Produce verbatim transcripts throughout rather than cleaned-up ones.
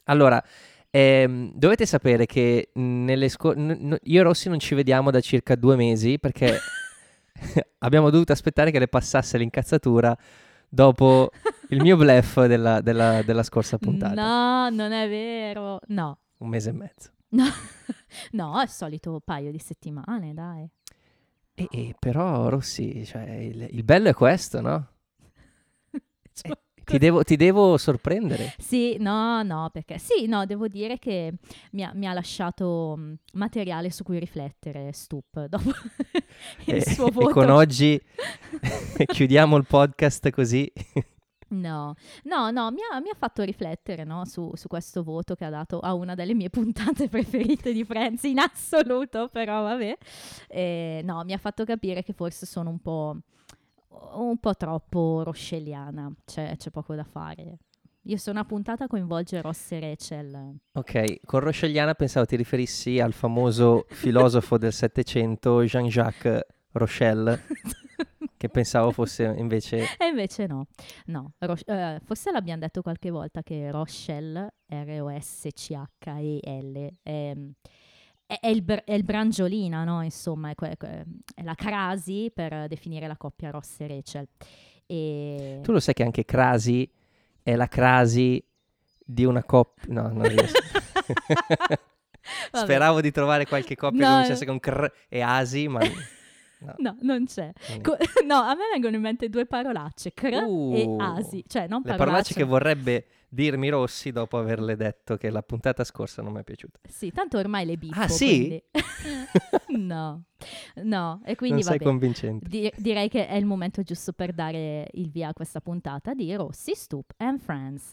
Allora, ehm, dovete sapere che nelle sco- n- n- io e Rossi non ci vediamo da circa due mesi perché abbiamo dovuto aspettare che le passasse l'incazzatura dopo il mio bluff della, della- della scorsa puntata. No, non è vero. No, Un mese e mezzo. no, no, è il solito paio di settimane, dai. E, e però, Rossi, cioè, il, il bello è questo, no? Cioè, Eh, ti devo, ti devo sorprendere. Sì, no, no, perché sì, no, devo dire che mi ha, mi ha lasciato mh, materiale su cui riflettere, Stup, dopo il E, suo e con voto. oggi chiudiamo il podcast così. No, no, no, mi ha, mi ha fatto riflettere, no, su, su questo voto che ha dato a una delle mie puntate preferite di Friends in assoluto, però vabbè. Eh, no, mi ha fatto capire che forse sono un po', un po' troppo roscelliana, c'è, c'è poco da fare. Io se una puntata coinvolge Ross e Rachel. Ok, con Roscelliana pensavo ti riferissi al famoso filosofo del Settecento, Jean-Jacques Rochelle, che pensavo fosse invece... E invece no, no, Ros- eh, forse l'abbiamo detto qualche volta che Rochelle, R O S C H E L, è, è, è il, br- è il Brangiolina, no? Insomma, è, que- que- è la crasi per definire la coppia Ross e Rachel. E... Tu lo sai che anche Crasi è la crasi di una coppia... No, non riesco. Vabbè. Speravo di trovare qualche coppia che No, cominciasse con cr e asi, ma... No. no, non c'è. Non è. Co- no, a me vengono in mente due parolacce, cr e Uh, asi, cioè non le parolacce. parolacce che vorrebbe dirmi Rossi dopo averle detto che la puntata scorsa non mi è piaciuta. Sì, tanto ormai le biffo, Ah, sì? quindi... no, no, e quindi Non sei vabbè, convincente. di- direi che è il momento giusto per dare il via a questa puntata di Rossi, Stup and Friends.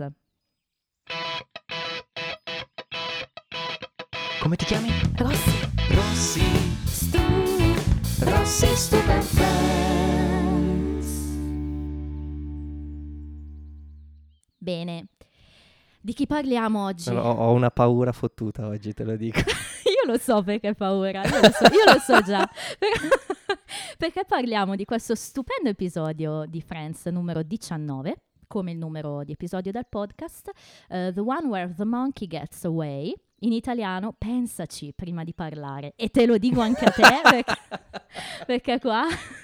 Come ti chiami? Rossi, Rossi. Stup, Rossi, Stup and Friends. Bene, di chi parliamo oggi? Ho, ho una paura fottuta oggi, te lo dico. Io lo so perché paura, io lo so, io lo so già. Per- perché parliamo di questo stupendo episodio di Friends numero diciannove, come il numero di episodio del podcast, uh, The One Where the Monkey Gets Away. In italiano, pensaci prima di parlare. E te lo dico anche a te, perché, perché qua...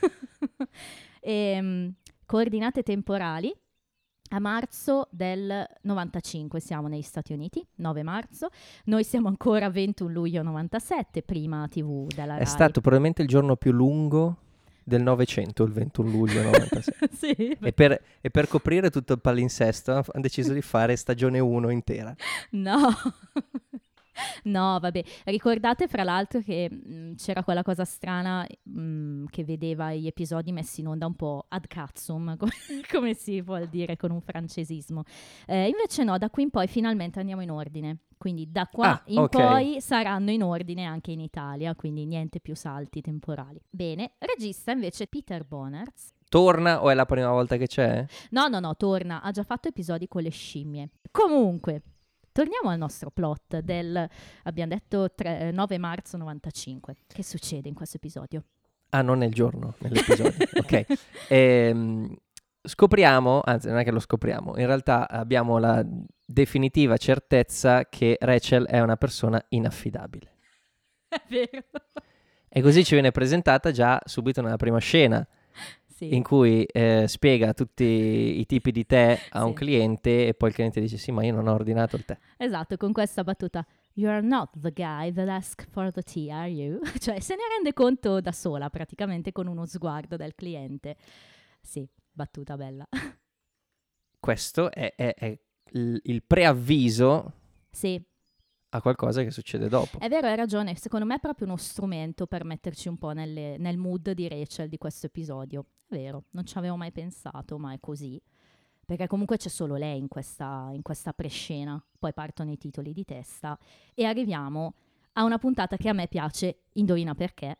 Ehm, coordinate temporali. A marzo del novantacinque siamo negli Stati Uniti, nove marzo. Noi siamo ancora ventuno luglio novantasette, prima tivù della È Rai. stato probabilmente il giorno più lungo del Novecento, il ventuno luglio novantasette. Sì. E per, e per coprire tutto il palinsesto hanno deciso di fare stagione uno intera. No. No, vabbè, ricordate fra l'altro che mh, c'era quella cosa strana mh, che vedeva gli episodi messi in onda un po' ad cazzum, come, come si vuol dire con un francesismo. Eh, invece no, da qui in poi finalmente andiamo in ordine. Quindi da qua Ah, in ok. poi saranno in ordine anche in Italia, quindi niente più salti temporali. Bene, regista invece Peter Bonerz. Torna o è la prima volta che c'è? No, no, no, torna, ha già fatto episodi con le scimmie. Comunque, torniamo al nostro plot del, abbiamo detto, tre, nove marzo novantacinque. Che succede in questo episodio? Ah, non nel giorno, nell'episodio. Ok. Ehm, scopriamo, anzi non è che lo scopriamo, in realtà abbiamo la definitiva certezza che Rachel è una persona inaffidabile. È vero. E così ci viene presentata già subito nella prima scena, Sì. in cui eh, spiega tutti i tipi di tè a Sì. un cliente e poi il cliente dice sì, ma io non ho ordinato il tè. Esatto, con questa battuta. You are not the guy that asks for the tea, are you? Cioè, se ne rende conto da sola, praticamente con uno sguardo del cliente. Sì, battuta bella. Questo è, è- è il, il preavviso Sì, a qualcosa che succede dopo. è vero, hai ragione. Secondo me è proprio uno strumento per metterci un po' nelle- nel mood di Rachel di questo episodio. È vero, non ci avevo mai pensato, ma è così. Perché comunque c'è solo lei in questa, in questa prescena. Poi partono i titoli di testa e arriviamo a una puntata che a me piace, indovina perché.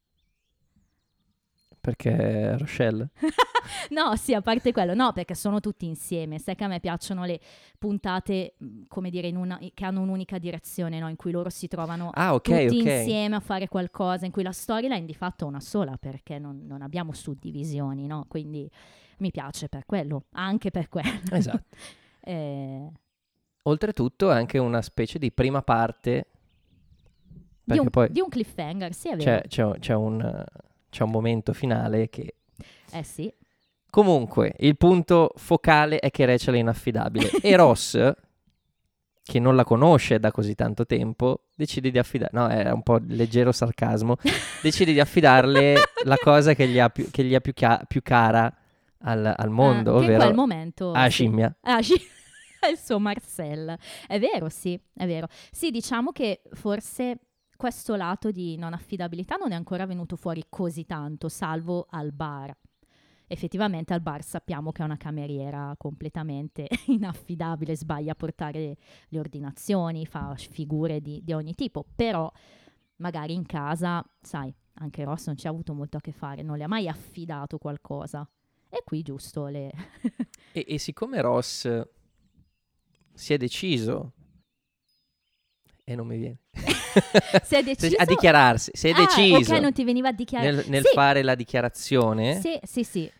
Perché Rochelle? No, sì, a parte quello, no, perché sono tutti insieme. Sai che a me piacciono le puntate, mh, come dire, in una- che hanno un'unica direzione, no? In cui loro si trovano Ah, ok, tutti ok. insieme a fare qualcosa, in cui la storyline di fatto è una sola, perché non, non abbiamo suddivisioni, no? Quindi mi piace per quello, anche per quello. Esatto. Eh, oltretutto è anche una specie di prima parte, Di perché un, poi di un cliffhanger, sì, è vero. c'è, c'è, c'è un, c'è un momento finale che... Eh sì. Comunque, il punto focale è che Rachel è inaffidabile e Ross, che non la conosce da così tanto tempo, decide di affidare... No, è un po' leggero sarcasmo. Decide di affidarle la cosa che gli ha più, che gli ha più, chia- più cara al, al mondo, Eh, che in quel ovvero momento... la sì. scimmia. Ah, sci- il suo Marcel. È vero, sì, è vero. Sì, diciamo che forse questo lato di non affidabilità non è ancora venuto fuori così tanto, salvo al bar. Effettivamente al bar sappiamo che è una cameriera completamente inaffidabile, sbaglia a portare le ordinazioni, fa figure di, di ogni tipo, però magari in casa, sai, anche Ross non ci ha avuto molto a che fare, non le ha mai affidato qualcosa. E qui giusto le... E, e siccome Ross si è deciso, e non mi viene, Si è deciso... a dichiararsi, si è Ah, deciso ok, non ti veniva a dichiarare. nel, nel Sì. fare la dichiarazione, Sì, sì, sì.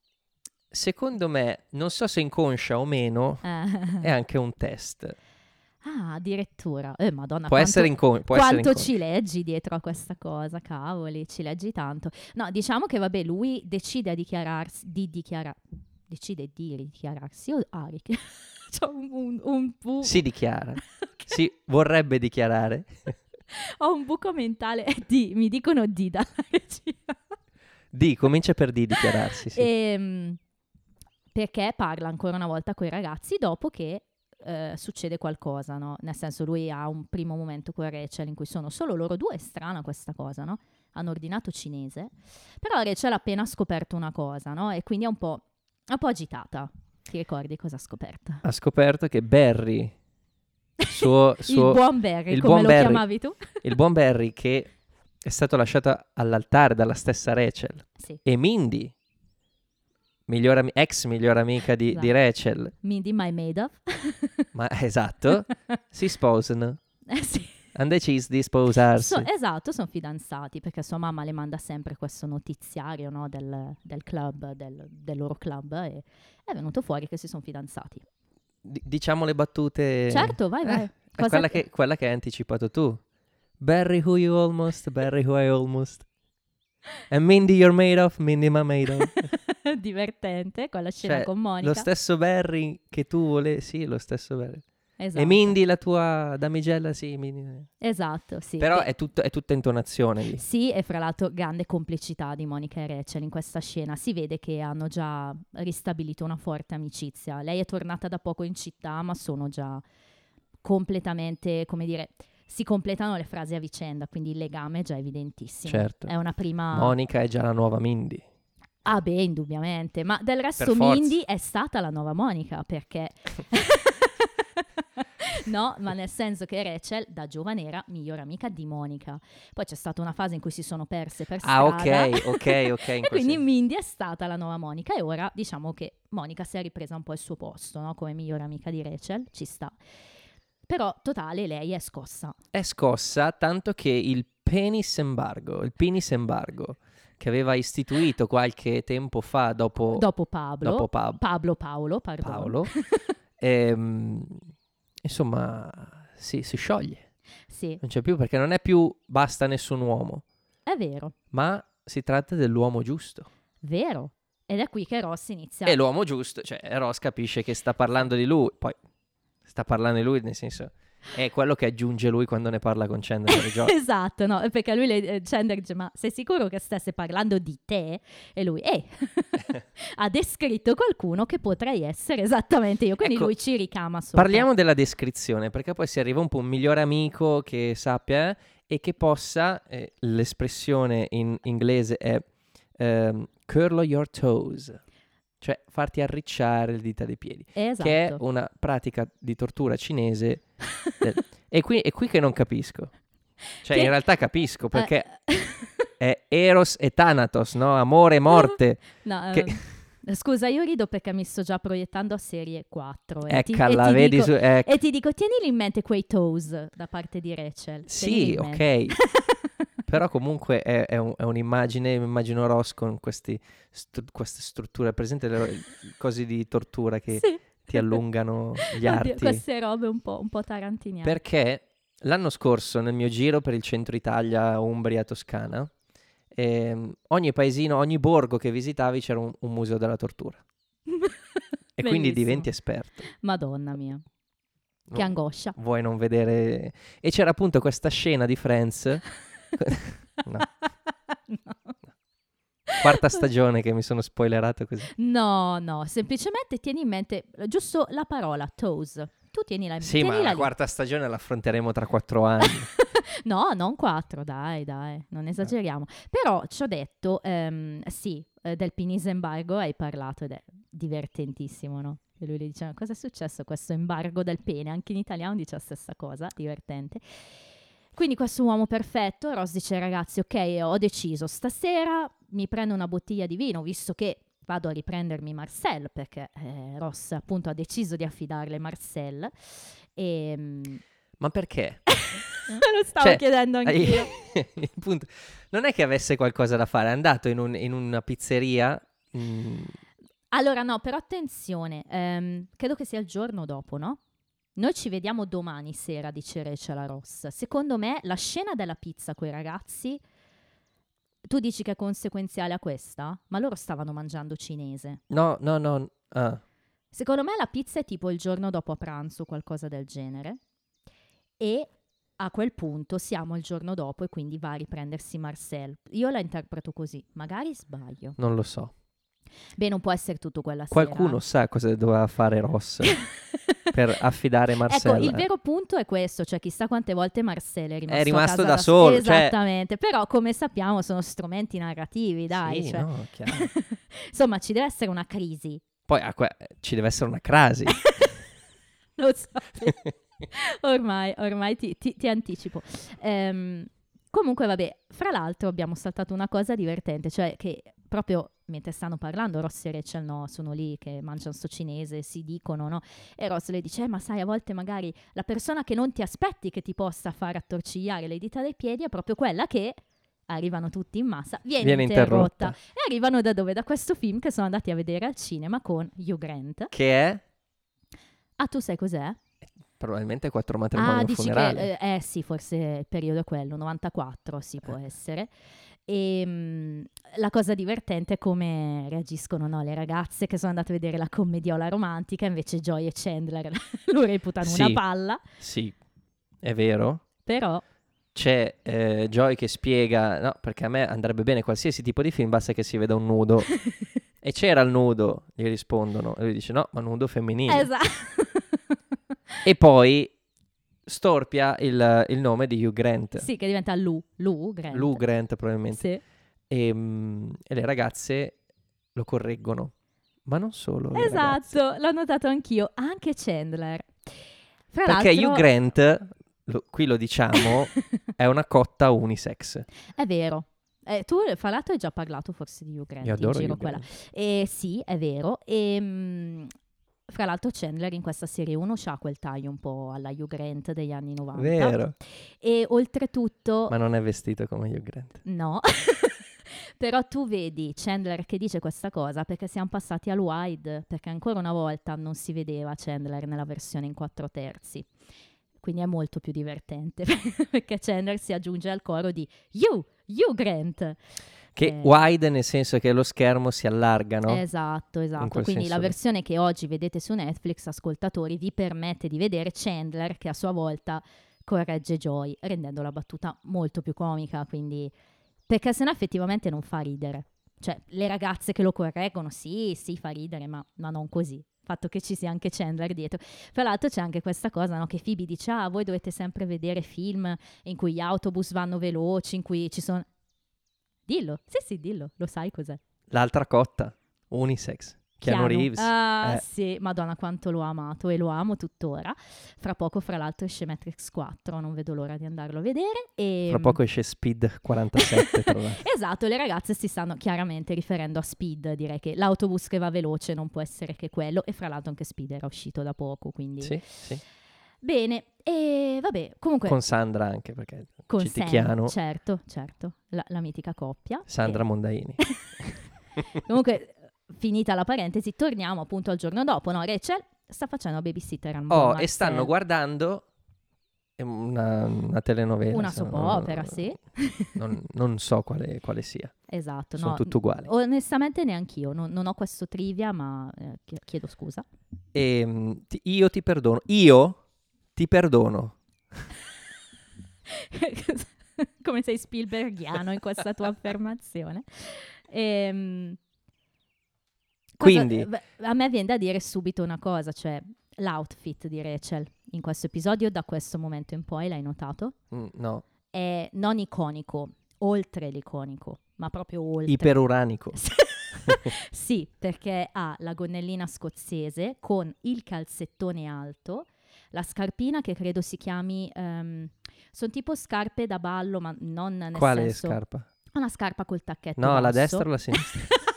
secondo me, non so se inconscia o meno, è anche un test. Ah, addirittura. Eh, Madonna, Può quanto, essere incon- può essere quanto inconscio. ci leggi dietro a questa cosa, cavoli, ci leggi tanto. No, diciamo che vabbè, lui decide a dichiararsi, di dichiarare, decide di dichiararsi. Io, Arik, c'ho un, un, un bu- Si dichiara, si vorrebbe dichiarare. Ho un buco mentale. Di, mi dicono di dalla regia. Di, comincia per di dichiararsi, sì. Ehm, perché parla ancora una volta con i ragazzi dopo che eh, succede qualcosa, no? Nel senso, lui ha un primo momento con Rachel in cui sono solo loro due. È strana questa cosa, no? Hanno ordinato cinese, però Rachel ha appena scoperto una cosa, no? E quindi è un po', un po' agitata. Ti ricordi cosa ha scoperto? Ha scoperto che Barry, suo, suo, il buon Barry, il come buon lo Barry, chiamavi tu? il buon Barry che è stato lasciato all'altare dalla stessa Rachel, Sì. e Mindy, miglior ami- ex miglior amica di, di Esatto. Rachel, Mindy, my maid of. ma esatto, si sposano. Eh sì. Hanno deciso di sposarsi. So- esatto, sono fidanzati perché sua mamma le manda sempre questo notiziario, no, del, del club, del, del loro club, e è venuto fuori che si sono fidanzati. D- diciamo le battute. Certo, vai, vai. Eh, è Cosa- quella che, quella che hai anticipato tu. Barry who you almost, Barry who I almost. And Mindy you're made of, Mindy my made of. Divertente, quella scena Cioè, con Monica. lo stesso Barry che tu volevi, sì, lo stesso Barry. Esatto. E Mindy la tua damigella, sì, Mindy. Esatto, sì. Però Beh, è, tutto, è tutta intonazione lì. sì, e fra l'altro grande complicità di Monica e Rachel in questa scena. Si vede che hanno già ristabilito una forte amicizia. Lei è tornata da poco in città, ma sono già completamente, come dire, si completano le frasi a vicenda, quindi il legame è già evidentissimo. Certo. È una prima... Monica è già la nuova Mindy. Ah beh, indubbiamente. Ma del resto Per forza. Mindy è stata la nuova Monica, perché... No, ma nel senso che Rachel da giovane era migliore amica di Monica. Poi c'è stata una fase in cui si sono perse per strada. Ah, ok, ok, ok. in E quel quindi senso. Mindy è stata la nuova Monica e ora diciamo che Monica si è ripresa un po' il suo posto, no? Come migliore amica di Rachel, ci sta. Però, totale, lei è scossa. È scossa tanto che il penis embargo, il penis embargo che aveva istituito qualche tempo fa dopo, Dopo Pablo. dopo Pa- Pablo Paolo, pardon. Paolo, ehm, insomma, si, si scioglie. Sì, Non c'è più, perché non è più basta nessun uomo, è vero, ma si tratta dell'uomo giusto. vero. Ed è qui che Ross inizia... E l'uomo giusto, cioè Ross capisce che sta parlando di lui, poi sta parlando di lui nel senso, è quello che aggiunge lui quando ne parla con Chandler e Joy. Esatto, no, perché lui, le, eh, Chandler dice, ma sei sicuro che stesse parlando di te? E lui, eh, ha descritto qualcuno che potrei essere esattamente io, quindi Ecco, lui ci ricama sopra. Parliamo della descrizione, perché poi si arriva un po' un migliore amico che sappia eh, e che possa, eh, l'espressione in inglese è ehm, curl your toes, cioè farti arricciare le dita dei piedi, Esatto. che è una pratica di tortura cinese. del- E qui, è qui che non capisco. Cioè, Che- in realtà capisco, perché Eh, è Eros e Thanatos, no? Amore e morte. no, che- ehm, scusa, io rido perché mi sto già proiettando a serie quattro. E ti, Eccola, e ti vedi dico, su... ecco. e ti dico, tienili in mente quei toes da parte di Rachel. Sì, tienili in ok. mente. Però comunque è, è un- è un'immagine, mi immagino Ross con questi stru- queste strutture, presente le le cose di tortura che Sì. ti allungano gli Oddio, arti. queste robe un po', un po' tarantiniane. Perché l'anno scorso nel mio giro per il centro Italia, Umbria, Toscana, ehm, ogni paesino, ogni borgo che visitavi c'era un, un museo della tortura. E quindi Bellissimo. diventi esperto. Madonna mia, che No, angoscia. vuoi non vedere... E c'era appunto questa scena di Friends, no, No. quarta stagione che mi sono spoilerato così. No, no, semplicemente tieni in mente eh, giusto la parola toes. Tu tienila in Sì, ma tienila la lì. quarta stagione l'affronteremo tra quattro anni. No, non quattro, dai, dai, non esageriamo. Però ci ho detto, ehm, sì, eh, del Pinisa embargo hai parlato ed è divertentissimo, no? E lui le diceva, cosa è successo questo embargo del pene? Anche in italiano dice la stessa cosa, divertente. Quindi questo uomo perfetto, Ross dice, ragazzi, ok, ho deciso, stasera mi prendo una bottiglia di vino, visto che vado a riprendermi Marcel, perché eh, Ross appunto ha deciso di affidarle Marcel. E... mm, Ma perché? Me lo stavo Cioè, chiedendo anch'io. il punto- non è che avesse qualcosa da fare, è andato in, un- in una pizzeria. mm, Allora no, però attenzione, ehm, credo che sia il giorno dopo, no? Noi ci vediamo domani sera, dice Rachel a Ross. Secondo me la scena della pizza coi ragazzi, tu dici che è conseguenziale a questa? Ma loro stavano mangiando cinese. no, no, no. ah. Secondo me la pizza è tipo il giorno dopo a pranzo, qualcosa del genere. E a quel punto siamo il giorno dopo e quindi va a riprendersi Marcel. Io la interpreto così, magari sbaglio. Non lo so. Beh, non può essere tutto quella Qualcuno sera. sa cosa doveva fare Ross per affidare Marcella. Ecco, il vero punto è questo, cioè chissà quante volte Marcel è rimasto, È rimasto a casa da solo, cioè- Esattamente, però come sappiamo sono strumenti narrativi, dai. Sì, Cioè. no, chiaro. Insomma, ci deve essere una crisi. Poi a que- ci deve essere una crasi. Lo so. ormai, ormai ti, ti- ti anticipo. Ehm, comunque, vabbè, fra l'altro abbiamo saltato una cosa divertente, cioè che proprio mentre stanno parlando, Ross e Rachel no, sono lì che mangiano sto cinese, si dicono, no? E Ross le dice, eh, ma sai, a volte magari la persona che non ti aspetti che ti possa far attorcigliare le dita dei piedi è proprio quella che... Arrivano tutti in massa, viene, Viene interrotta. interrotta. E arrivano da dove? Da questo film che sono andati a vedere al cinema con Hugh Grant. Che è Ah, tu sai cos'è? probabilmente quattro matrimoni Ah, un dici funerale. che... Eh, eh, sì, forse il periodo è quello, novantaquattro, sì, può essere. E mh, la cosa divertente è come reagiscono, no, le ragazze che sono andate a vedere la commediola romantica, invece Joy e Chandler lo reputano Sì. una palla, Sì, è vero. però... C'è eh, Joy che spiega, no, perché a me andrebbe bene qualsiasi tipo di film, basta che si veda un nudo. E c'era il nudo, gli rispondono. E lui dice, no, ma nudo femminile. Esatto. E poi storpia il, il nome di Hugh Grant. Sì, che diventa Lou, Lou Grant. Lou Grant probabilmente. Sì. E, mm, e le ragazze lo correggono. Ma non solo le ragazze. Esatto, l'ho notato anch'io, anche Chandler. Fra Perché l'altro... Hugh Grant, lo- qui lo diciamo, è una cotta unisex. È vero. Eh, tu, fra l'altro, hai già parlato forse di Hugh Grant Io in adoro giro Hugh qua e là. Grant. E sì, è vero. E mh, fra l'altro Chandler in questa serie uno c'ha quel taglio un po' alla Hugh Grant degli anni novanta. Vero. E oltretutto... Ma non è vestito come Hugh Grant. No. Però tu vedi Chandler che dice questa cosa perché siamo passati al wide, perché ancora una volta non si vedeva Chandler nella versione in quattro terzi. Quindi è molto più divertente perché Chandler si aggiunge al coro di You, Hugh Grant. Che Eh, wide nel senso che lo schermo si allarga, no? Esatto, esatto. quel Quindi senso la lì. versione che oggi vedete su Netflix, ascoltatori, vi permette di vedere Chandler che a sua volta corregge Joy, rendendo la battuta molto più comica, quindi... Perché sennò effettivamente non fa ridere. Cioè, le ragazze che lo correggono, sì, sì, fa ridere, ma, ma non così. Il fatto che ci sia anche Chandler dietro. Tra l'altro c'è anche questa cosa, no? Che Phoebe dice, ah, voi dovete sempre vedere film in cui gli autobus vanno veloci, in cui ci sono... Dillo, sì, sì, dillo, lo sai cos'è. L'altra cotta, unisex. Keanu Reeves. Ah, Eh. sì, madonna quanto l'ho amato e lo amo tuttora. Fra poco, fra l'altro, esce Matrix quattro, non vedo l'ora di andarlo a vedere. E... Fra poco esce Speed quarantasette, tra l'altro. Esatto, le ragazze si stanno chiaramente riferendo a Speed, direi che l'autobus che va veloce non può essere che quello, e fra l'altro anche Speed era uscito da poco, quindi... Sì, sì. Bene, e vabbè, comunque... Con Sandra anche, perché con citi Sam, Keanu, certo, certo, la, la mitica coppia. Sandra E- Mondaini. Comunque, finita la parentesi, torniamo appunto al giorno dopo, no? Rachel sta facendo babysitter al buon Oh, Marcel. e stanno guardando una, una telenovela. Una se no- soap opera, sì. Non, non so quale, quale sia. Esatto, Sono no, tutte uguali. onestamente neanch'io, non, non ho questo trivia, ma eh, chi- chiedo scusa. E mm, ti- io ti perdono. Io ti perdono. Come sei Spielbergiano in questa tua affermazione. Ehm, cosa- Quindi, beh, a me viene da dire subito una cosa, cioè l'outfit di Rachel in questo episodio, da questo momento in poi, l'hai notato? mm, no, È non iconico, oltre l'iconico, ma proprio oltre. iperuranico. Sì, perché ha la gonnellina scozzese con il calzettone alto, la scarpina che credo si chiami, sono tipo scarpe da ballo, ma non nel Quale senso... scarpa? Una scarpa col tacchetto No, basso. la destra o la sinistra?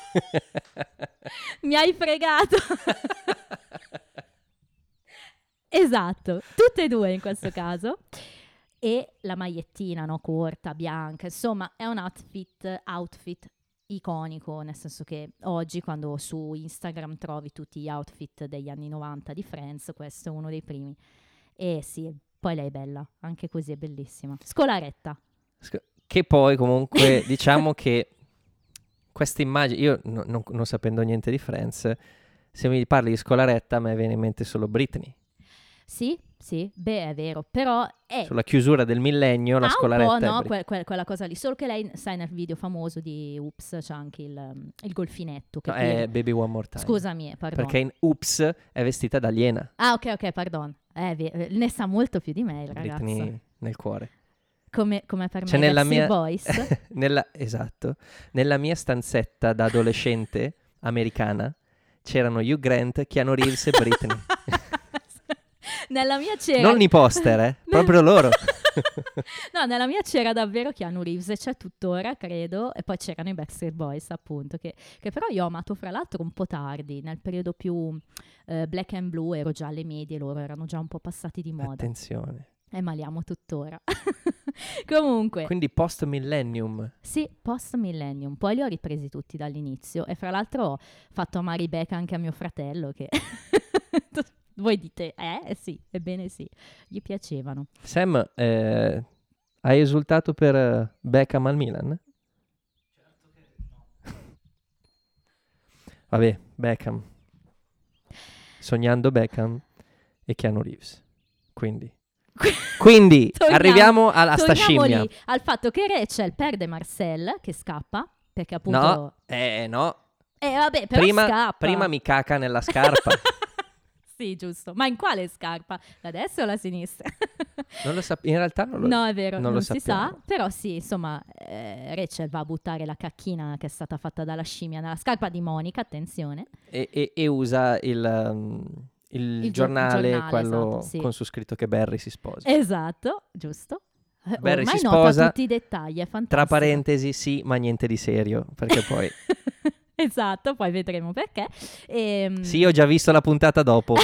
Mi hai fregato. Esatto, tutte e due in questo caso. E la magliettina, no, corta, bianca, insomma, è un outfit, outfit iconico, nel senso che oggi quando su Instagram trovi tutti gli outfit degli anni novanta di Friends, questo è uno dei primi. E sì, poi lei è bella, anche così è bellissima. Scolaretta. Sc- Che poi comunque diciamo che questa immagine, io no- non, non sapendo niente di Friends, se mi parli di Scolaretta a me viene in mente solo Britney. Sì, sì, beh, è vero, però è... Sulla chiusura del millennio la Ah, un Scolaretta po', è no, Britney. que- que- quella cosa lì. Solo che lei, sai, nel video famoso di Oops c'è anche il, um, il golfinetto. Che No, qui- è Baby One More Time. Scusami, eh, pardon. Perché in Oops è vestita da aliena. Ah, ok, ok, pardon. Eh, ve- eh, ne sa molto più di me il ragazzo. Britney nel cuore. Come, come per me, Cioè, nella Backstreet mia- Boys. Nella, esatto. Nella mia stanzetta da adolescente americana c'erano Hugh Grant, Keanu Reeves e Britney. Nella mia c'era... Non i poster, eh? Proprio loro. No, nella mia c'era davvero Keanu Reeves, e c'è tuttora, credo, e poi c'erano i Backstreet Boys, appunto, che, che però io ho amato fra l'altro un po' tardi, nel periodo più eh, black and blue, ero già alle medie, loro erano già un po' passati di moda. Attenzione. E ma li amo tuttora. Comunque, Quindi post millennium. sì, post millennium, poi li ho ripresi tutti dall'inizio, e fra l'altro ho fatto amare i Beck anche a mio fratello, che... Voi dite, eh? Eh sì, ebbene sì, gli piacevano. Sam, eh, hai esultato per eh, Beckham al Milan? Certo che no. Vabbè, Beckham. Sognando Beckham e Keanu Reeves. Quindi, Quindi Torniamo- arriviamo alla a sta Torniamo scimmia. lì al fatto che Rachel perde Marcel, che scappa, perché appunto... No, eh no. Eh vabbè, però Prima, scappa. prima mi caca nella scarpa. Sì, giusto. Ma in quale scarpa? La destra o la sinistra? Non lo sap- in realtà non lo No, è vero, non non, lo si sappiamo. sa. Però sì, insomma, eh, Rachel va a buttare la cacchina che è stata fatta dalla scimmia nella scarpa di Monica, attenzione. E, e- e usa il, um, il Il gio- giornale, giornale, quello esatto, sì. con su scritto che Barry si sposa. Esatto, giusto. Eh, Barry Ormai si nota sposa, tutti i dettagli, è fantastico. Tra parentesi, sì, ma niente di serio, perché poi... Esatto, poi vedremo perché. Ehm, Sì, ho già visto la puntata dopo.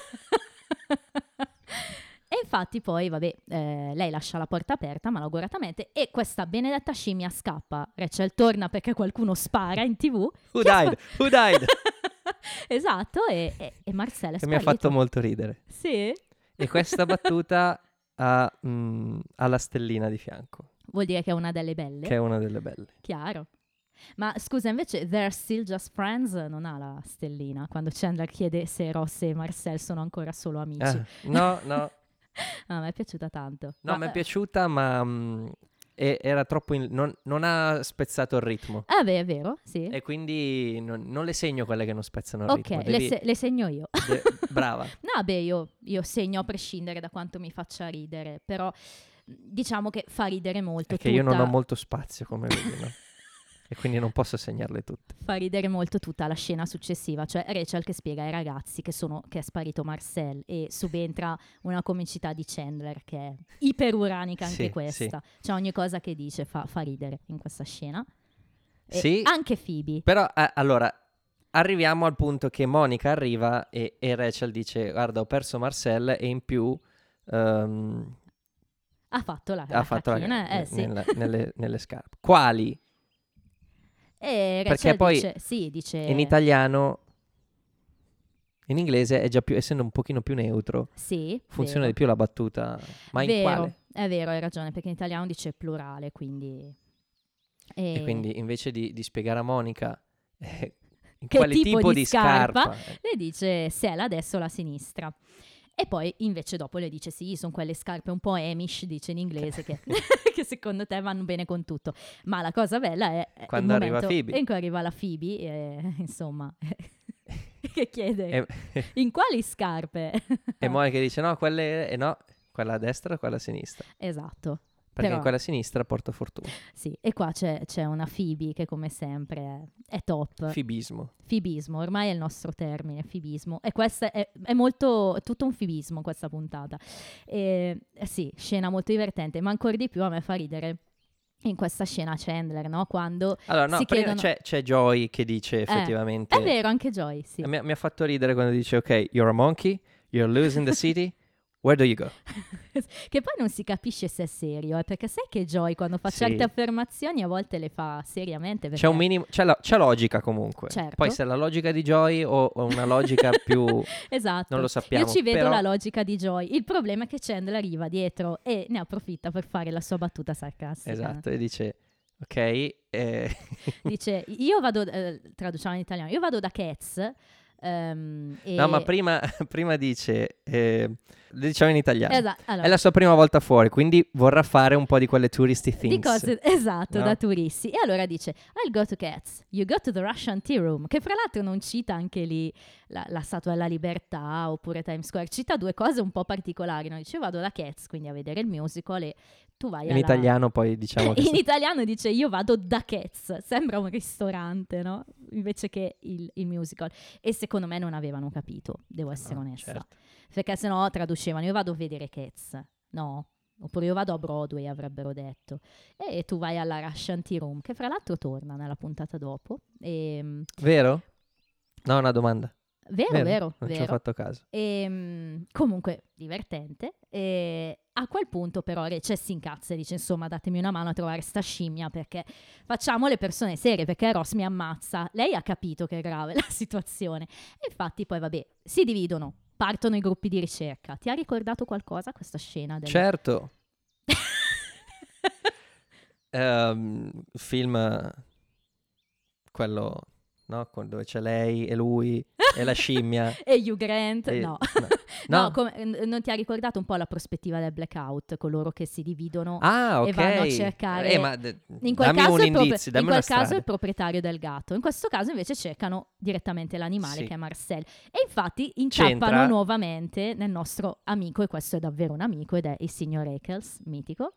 E infatti poi, vabbè, eh, lei lascia la porta aperta malauguratamente e questa benedetta scimmia scappa. Rachel torna perché qualcuno spara in tv. Who Chi ha died? spa- Who died? Esatto, e, e, e Marcel è Che mi ha sparito. fatto molto ridere. Sì, E questa battuta ha, mm, ha la stellina di fianco, vuol dire che è una delle belle. che è una delle belle. Chiaro. Ma scusa, invece They're Still Just Friends non ha la stellina quando Chandler chiede se Ross e Marcel sono ancora solo amici. Ah, no, no, Ah, a me è piaciuta tanto. no, Ma- mi è piaciuta, ma mm, e- era troppo... in- non, non ha spezzato il ritmo. Ah, beh, è vero, sì. E quindi non, non le segno quelle che non spezzano il Ok, ritmo. le, Devi- se- le segno io. de- brava. No, beh, io, io segno a prescindere da quanto mi faccia ridere, però diciamo che fa ridere molto. Perché io non tutta- ho molto spazio, come vedi, no? E quindi non posso segnarle tutte. Fa ridere molto tutta la scena successiva, cioè Rachel che spiega ai ragazzi che, sono, che è sparito Marcel e subentra una comicità di Chandler che è iperuranica anche Sì, questa. Cioè ogni cosa che dice fa, fa ridere in questa scena. E Sì. Anche Phoebe. Però, eh, allora, arriviamo al punto che Monica arriva e, e Rachel dice, guarda, ho perso Marcel e in più ehm, Ha fatto la, ha la fatto la cacchina, ne- eh, sì. nella- nelle, nelle scarpe. Quali? E Perché Rachel poi dice, sì, dice... In italiano In inglese è già più, essendo un pochino più neutro, Sì, funziona vero. di più la battuta. Ma in Vero, quale? è vero, hai ragione, perché in italiano dice plurale, quindi... E E quindi invece di, di spiegare a Monica eh, in che quale tipo, tipo di di scarpa, scarpa, eh, le dice se è la destra o la sinistra. E poi invece dopo le dice sì, sono quelle scarpe un po' Amish, dice in inglese, che, che secondo te vanno bene con tutto. Ma la cosa bella è, è il quando arriva momento Phoebe. in cui arriva la Phoebe, e, insomma, che chiede E, in quali scarpe. e Monica dice no, quelle, e no, quella a destra o quella a sinistra. Esatto. Perché Però, quella a sinistra porta fortuna. sì, e qua c'è, c'è una Phoebe che come sempre è, è top. Fibismo. Fibismo, ormai è il nostro termine, fibismo. E questo è, è molto, è tutto un fibismo questa puntata. E, eh sì, scena molto divertente, ma ancora di più a me fa ridere in questa scena Chandler, no? Quando Allora, no, si prima chiedono... c'è, c'è Joy che dice effettivamente... È vero, anche Joy, sì. Mi, ha- mi ha fatto ridere quando dice ok, you're a monkey, you're losing the city, where do you go? Che poi non si capisce se è serio, eh, perché sai che Joy quando fa Sì. certe affermazioni a volte le fa seriamente. C'è un perché- minimo, c'è, la- c'è logica comunque. Certo. Poi se è la logica di Joy o, o una logica più... Esatto. non lo sappiamo. Io ci vedo però- la logica di Joy. Il problema è che Chandler arriva dietro e ne approfitta per fare la sua battuta sarcastica. Esatto, e dice ok, eh, Dice, io vado, eh, traduciamo in italiano, io vado da Cats. ehm, e... no, ma prima, prima dice, eh, lo diciamo in italiano. Esatto, allora, È la sua prima volta fuori, quindi vorrà fare un po' di quelle touristy things. di cose, esatto, no? da turisti. E allora dice, I'll go to Cats, you go to the Russian Tea Room, che fra l'altro non cita anche lì la, la Statua della Libertà oppure Times Square, cita due cose un po' particolari, no? Dice, io vado da Cats, quindi a vedere il musical, e tu vai In alla... italiano poi diciamo che... In italiano dice io vado da Cats, sembra un ristorante, no? Invece che il, il musical. E secondo me non avevano capito, devo essere No, onesta. certo. Perché sennò traducevano io vado a vedere Cats, no? Oppure io vado a Broadway, avrebbero detto. E tu vai alla Russian Tea Room, che fra l'altro torna nella puntata dopo. E, Vero? No, una domanda. vero, Vero? vero, Non ci ho vero. fatto caso. E, mm, comunque divertente. E a quel punto però Rachel si incazza e dice insomma datemi una mano a trovare sta scimmia perché facciamo le persone serie, perché Ross mi ammazza. Lei ha capito che è grave la situazione e infatti poi vabbè si dividono, partono i gruppi di ricerca. Ti ha ricordato qualcosa questa scena? Del... Certo. Ehm, film, quello, no? Con- Dove c'è lei e lui e la scimmia. E Hugh Grant, E- no. no. No, No? come- n- non ti ha ricordato un po' la prospettiva del blackout, coloro che si dividono Ah, ok. e vanno a cercare... Eh, ma d- In quel, dammi caso, un il propri- indizio, in dammi quel una caso è strada. il proprietario del gatto. In questo caso invece cercano direttamente l'animale Sì. che è Marcel. E infatti incappano C'entra- nuovamente nel nostro amico, e questo è davvero un amico, ed è il signor Eccles, mitico.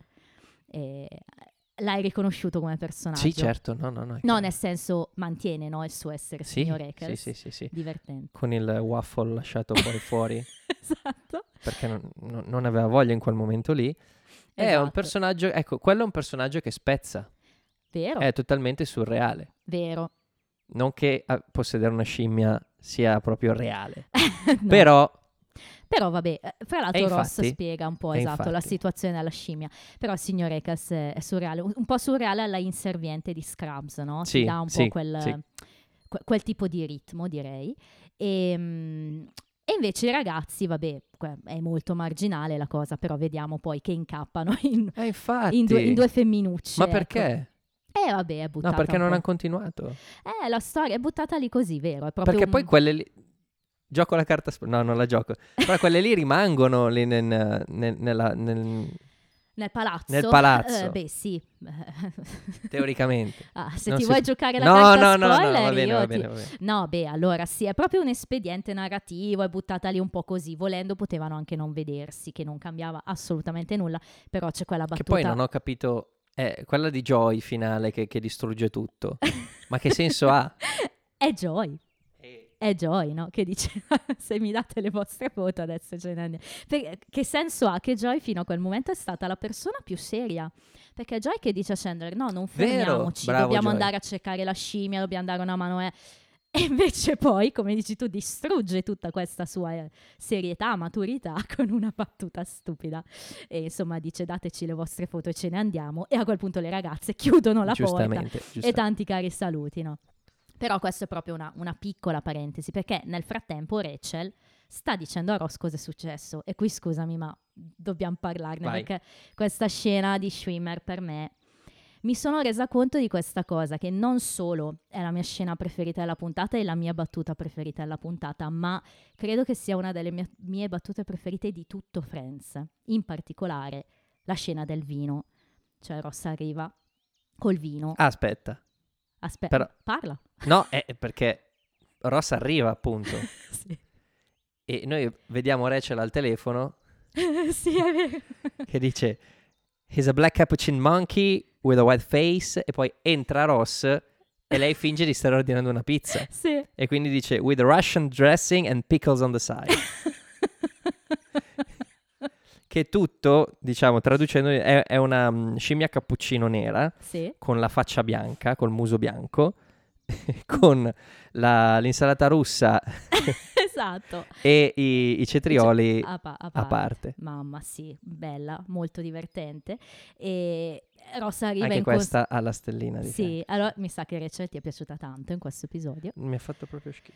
E l'hai riconosciuto come personaggio? Sì, certo, no, no, no. è No, chiaro. nel senso mantiene, no, il suo essere Sì, signor sì, Eccles. sì, sì, sì. Divertente. Con il waffle lasciato poi fuori Esatto. perché non, non- non aveva voglia in quel momento lì. È un Esatto. personaggio, ecco, quello è un personaggio che spezza. Vero, È totalmente surreale. vero. Non che ah, possedere una scimmia sia proprio reale. No. Però, Però vabbè, eh, fra l'altro E Ross infatti- spiega un po' e esatto la infatti. situazione della scimmia. Però il signor Eccles è, è surreale, un, un po' surreale alla inserviente di Scrubs, no? Ti Sì, dà un sì, po' quel, sì. que- quel tipo di ritmo, direi. E, mm, e invece i ragazzi, vabbè, que- è molto marginale la cosa, però vediamo poi che incappano in, eh, infatti. in due, in due femminucce. Ma ecco. perché? Eh vabbè, è buttata No, perché un non po'. hanno continuato? Eh, la storia è buttata lì così, vero? È proprio Perché un- poi quelle lì... Gioco la carta... sp- no, non la gioco. Però quelle lì rimangono lì nel, nel- nella- nel- Nel palazzo? Nel palazzo. Eh, beh, sì. teoricamente. Ah, se Non ti si- vuoi giocare la no, carta no, no, no, spoiler, va bene, io va ti- bene, va bene. No, beh, allora sì, è proprio un espediente narrativo, è buttata lì un po' così. Volendo potevano anche non vedersi, che non cambiava assolutamente nulla, però c'è quella Che battuta... poi non ho capito... È quella di Joy finale che, che distrugge tutto. Ma che senso ha? È Joy. È Joy, no? Che dice se mi date le vostre foto adesso ce ne andiamo. Perché- che senso ha che Joy fino a quel momento è stata la persona più seria? Perché è Joy che dice a Chandler no, non Vero, fermiamoci, bravo dobbiamo Joy. andare a cercare la scimmia, dobbiamo dare una mano. Eh. E invece poi, come dici tu, distrugge tutta questa sua eh, serietà, maturità con una battuta stupida. E insomma dice dateci le vostre foto e ce ne andiamo. E a quel punto le ragazze chiudono la porta Giustamente, e giustamente. tanti cari saluti, no? Però questo è proprio una, una piccola parentesi, perché nel frattempo Rachel sta dicendo a Ross cosa è successo. E qui scusami, ma dobbiamo parlarne, Vai. perché questa scena di Schwimmer per me, mi sono resa conto di questa cosa, che non solo è la mia scena preferita della puntata e la mia battuta preferita della puntata, ma credo che sia una delle mie, mie battute preferite di tutto Friends. In particolare la scena del vino. Cioè Ross arriva col vino. Ah, aspetta. Aspetta, Però... parla. No, è perché Ross arriva, appunto. Sì. E noi vediamo Rachel al telefono Sì, è vero. che dice "He's a black capuchin monkey with a white face", e poi entra Ross e lei finge di stare ordinando una pizza. Sì. E quindi dice "with Russian dressing and pickles on the side". Che tutto, diciamo, traducendo, è, è una um, scimmia cappuccino nera, Sì. con la faccia bianca, col muso bianco, con la, l'insalata russa Esatto. e i, i cetrioli a, pa- a a parte. parte. Mamma, sì, bella, molto divertente. E Ross arriva Anche in cons- questa ha la stellina di Sì, fianco. allora mi sa che Rachel ti è piaciuta tanto in questo episodio. Mi ha fatto proprio schifo.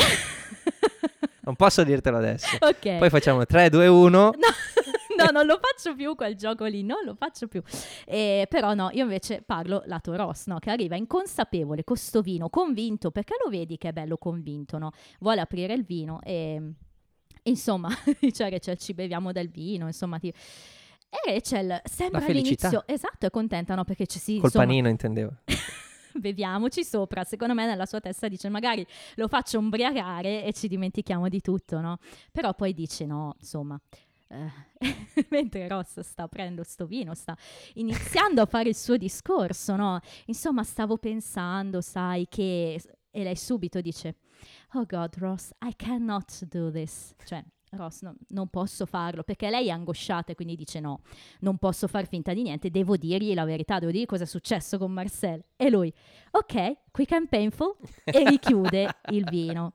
Non posso dirtelo adesso. Ok. Poi facciamo tre, due, uno. No, no, non lo faccio più quel gioco lì, non lo faccio più. Eh, però no, io invece parlo lato Ross, no? Che arriva inconsapevole con sto vino, convinto, perché lo vedi che è bello convinto, no? Vuole aprire il vino e insomma, dice a Rachel ci beviamo del vino, insomma. Ti... E Rachel sembra La felicità. all'inizio, esatto, è contenta, no? Perché ci si... Col insomma, panino intendevo. beviamoci sopra. Secondo me nella sua testa dice magari lo faccio ubriacare e ci dimentichiamo di tutto, no? Però poi dice no, insomma... Uh, mentre Ross sta aprendo sto vino, sta iniziando a fare il suo discorso, no? Insomma, stavo pensando, sai, che... E lei subito dice, oh God, Ross, I cannot do this. Cioè, Ross, no, non posso farlo, perché lei è angosciata e quindi dice no, non posso far finta di niente, devo dirgli la verità, devo dirgli cosa è successo con Marcel. E lui, ok, quick and painful, e richiude il vino.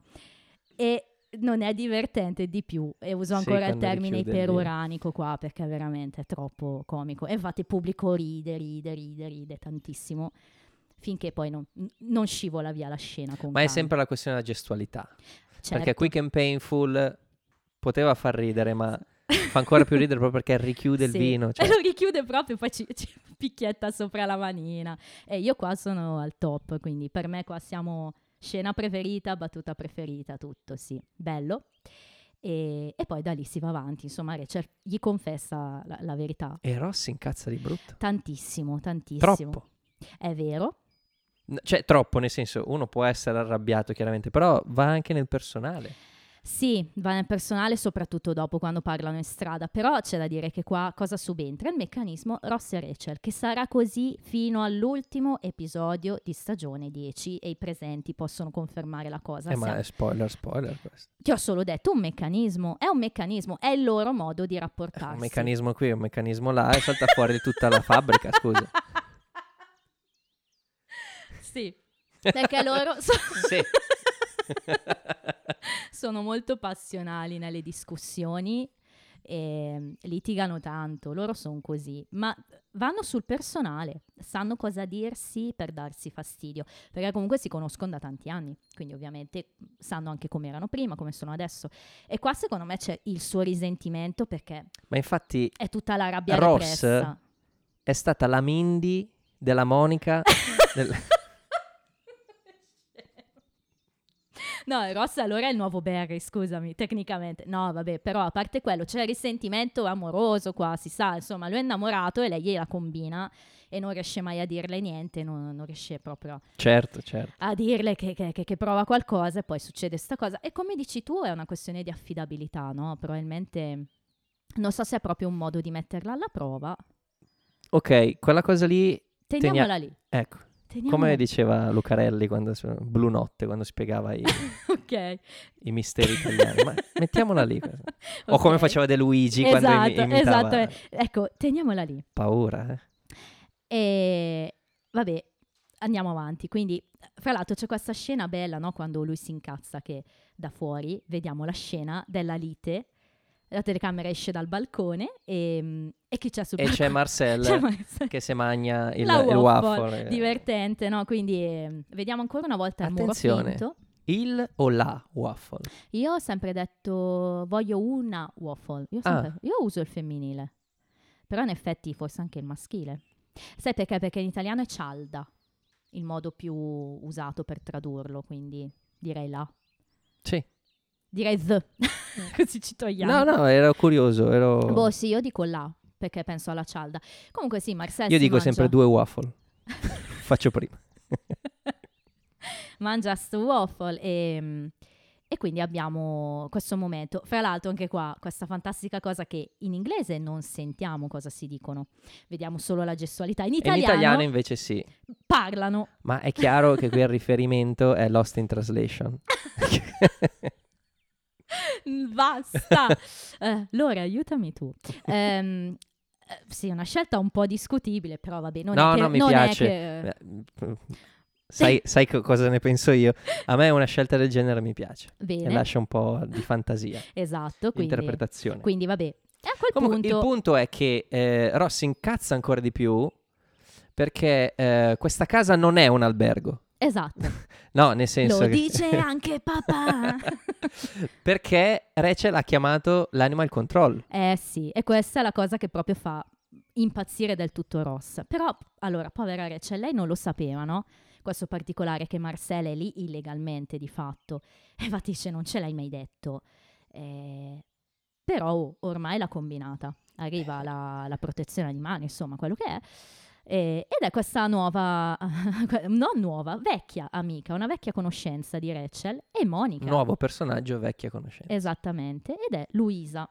E non è divertente di più, e uso Sì, ancora il quando termine richiude il vino. iperuranico qua, perché è veramente troppo comico. E infatti il pubblico ride, ride, ride, ride tantissimo, finché poi non, non scivola via la scena con Ma è calma. sempre la questione della gestualità. Certo. Perché Quick and Painful poteva far ridere, ma fa ancora più ridere proprio perché richiude Sì. il vino. Cioè... E lo richiude proprio, poi ci, ci picchietta sopra la manina. E io qua sono al top, quindi per me qua siamo scena preferita, battuta preferita, tutto, sì. Bello. E, e poi da lì si va avanti, insomma, Rachel gli confessa la, la verità. E Ross si incazza di brutto. Tantissimo, tantissimo. Troppo. È vero. N- Cioè, troppo, nel senso, uno può essere arrabbiato, chiaramente, però va anche nel personale. Sì, va nel personale soprattutto dopo quando parlano in strada, però c'è da dire che qua cosa subentra? Il meccanismo Ross e Rachel, che sarà così fino all'ultimo episodio di stagione dieci, e i presenti possono confermare la cosa. Eh, ma Siamo- è spoiler, spoiler questo. Ti ho solo detto un meccanismo, è un meccanismo, è il loro modo di rapportarsi. Un meccanismo qui, un meccanismo là, e salta fuori tutta la fabbrica, scusa. Sì, perché loro so- Sì. sono molto passionali nelle discussioni e litigano tanto, loro sono così, ma vanno sul personale, sanno cosa dirsi per darsi fastidio, perché comunque si conoscono da tanti anni, quindi ovviamente sanno anche come erano prima, come sono adesso. E qua secondo me c'è il suo risentimento, perché Ma infatti è tutta la rabbia Ross repressa. è stata la Mindy della Monica. del... No, Ross allora è il nuovo Barry, scusami, tecnicamente. No, vabbè, però a parte quello c'è il risentimento amoroso qua, si sa, insomma, lui è innamorato e lei gliela combina e non riesce mai a dirle niente, non, non riesce proprio Certo, certo. a dirle che, che- che- che prova qualcosa, e poi succede sta cosa. E come dici tu è una questione di affidabilità, no? Probabilmente, non so se è proprio un modo di metterla alla prova. Ok, quella cosa lì, Teniamola lì. ecco, Teniamola come lì. diceva Lucarelli quando su Blu Notte, quando spiegava i, Ok. i misteri italiani. Ma mettiamola lì. questa. O Ok. come faceva De Luigi quando imi- Esatto, imitava. esatto. Ecco, teniamola lì. Paura, eh. E vabbè, andiamo avanti. Quindi, fra l'altro, c'è questa scena bella, no? Quando lui si incazza, che da fuori vediamo la scena della lite la telecamera esce dal balcone e, e chi c'è sul E balcone? c'è Marcel C'è Marcel. che si mangia il, La il waffle, waffle. divertente, no? Quindi eh, vediamo ancora una volta il muro Attenzione, finto. il o la waffle? Io ho sempre detto voglio una waffle. Io, sempre, Ah. io uso il femminile, però in effetti forse anche il maschile. Sai perché? Perché in italiano è cialda, il modo più usato per tradurlo, quindi direi la. Sì. Direi the, così ci togliamo. No, no, ero curioso. Ero... Boh, sì, io dico la, perché penso alla cialda. Comunque sì, Marcel Io si dico mangia. sempre due waffle. Faccio prima. Mangia sto waffle e, e quindi abbiamo questo momento. Fra l'altro anche qua, questa fantastica cosa che in inglese non sentiamo cosa si dicono. Vediamo solo la gestualità. In E in italiano, italiano invece sì. parlano. Ma è chiaro che qui il riferimento è Lost in Translation. Basta. Eh, Lore, aiutami tu. Ehm, eh, sì, una scelta un po' discutibile, però vabbè, non no, è che... no, mi non piace. È che... Sai, sai co- cosa ne penso io? A me una scelta del genere mi piace. Bene. E lascia un po' di fantasia. Esatto, di quindi, interpretazione. quindi vabbè. E a quel Comunque, punto... il punto è che eh, Ross si incazza ancora di più perché eh, questa casa non è un albergo. Esatto. No, nel senso Lo che... dice anche papà. Perché Rachel ha chiamato l'animal control. Eh sì, e questa è la cosa che proprio fa impazzire del tutto Ross. Però, allora, povera Rachel, lei non lo sapeva, no? Questo particolare che Marcel è lì illegalmente di fatto. E infatti dice, non ce l'hai mai detto. Eh, però oh, ormai l'ha combinata. Arriva la, la protezione animale, insomma, quello che è. Eh, ed è questa nuova, non nuova, vecchia amica, una vecchia conoscenza di Rachel e Monica. Nuovo personaggio, vecchia conoscenza. Esattamente, ed è Luisa.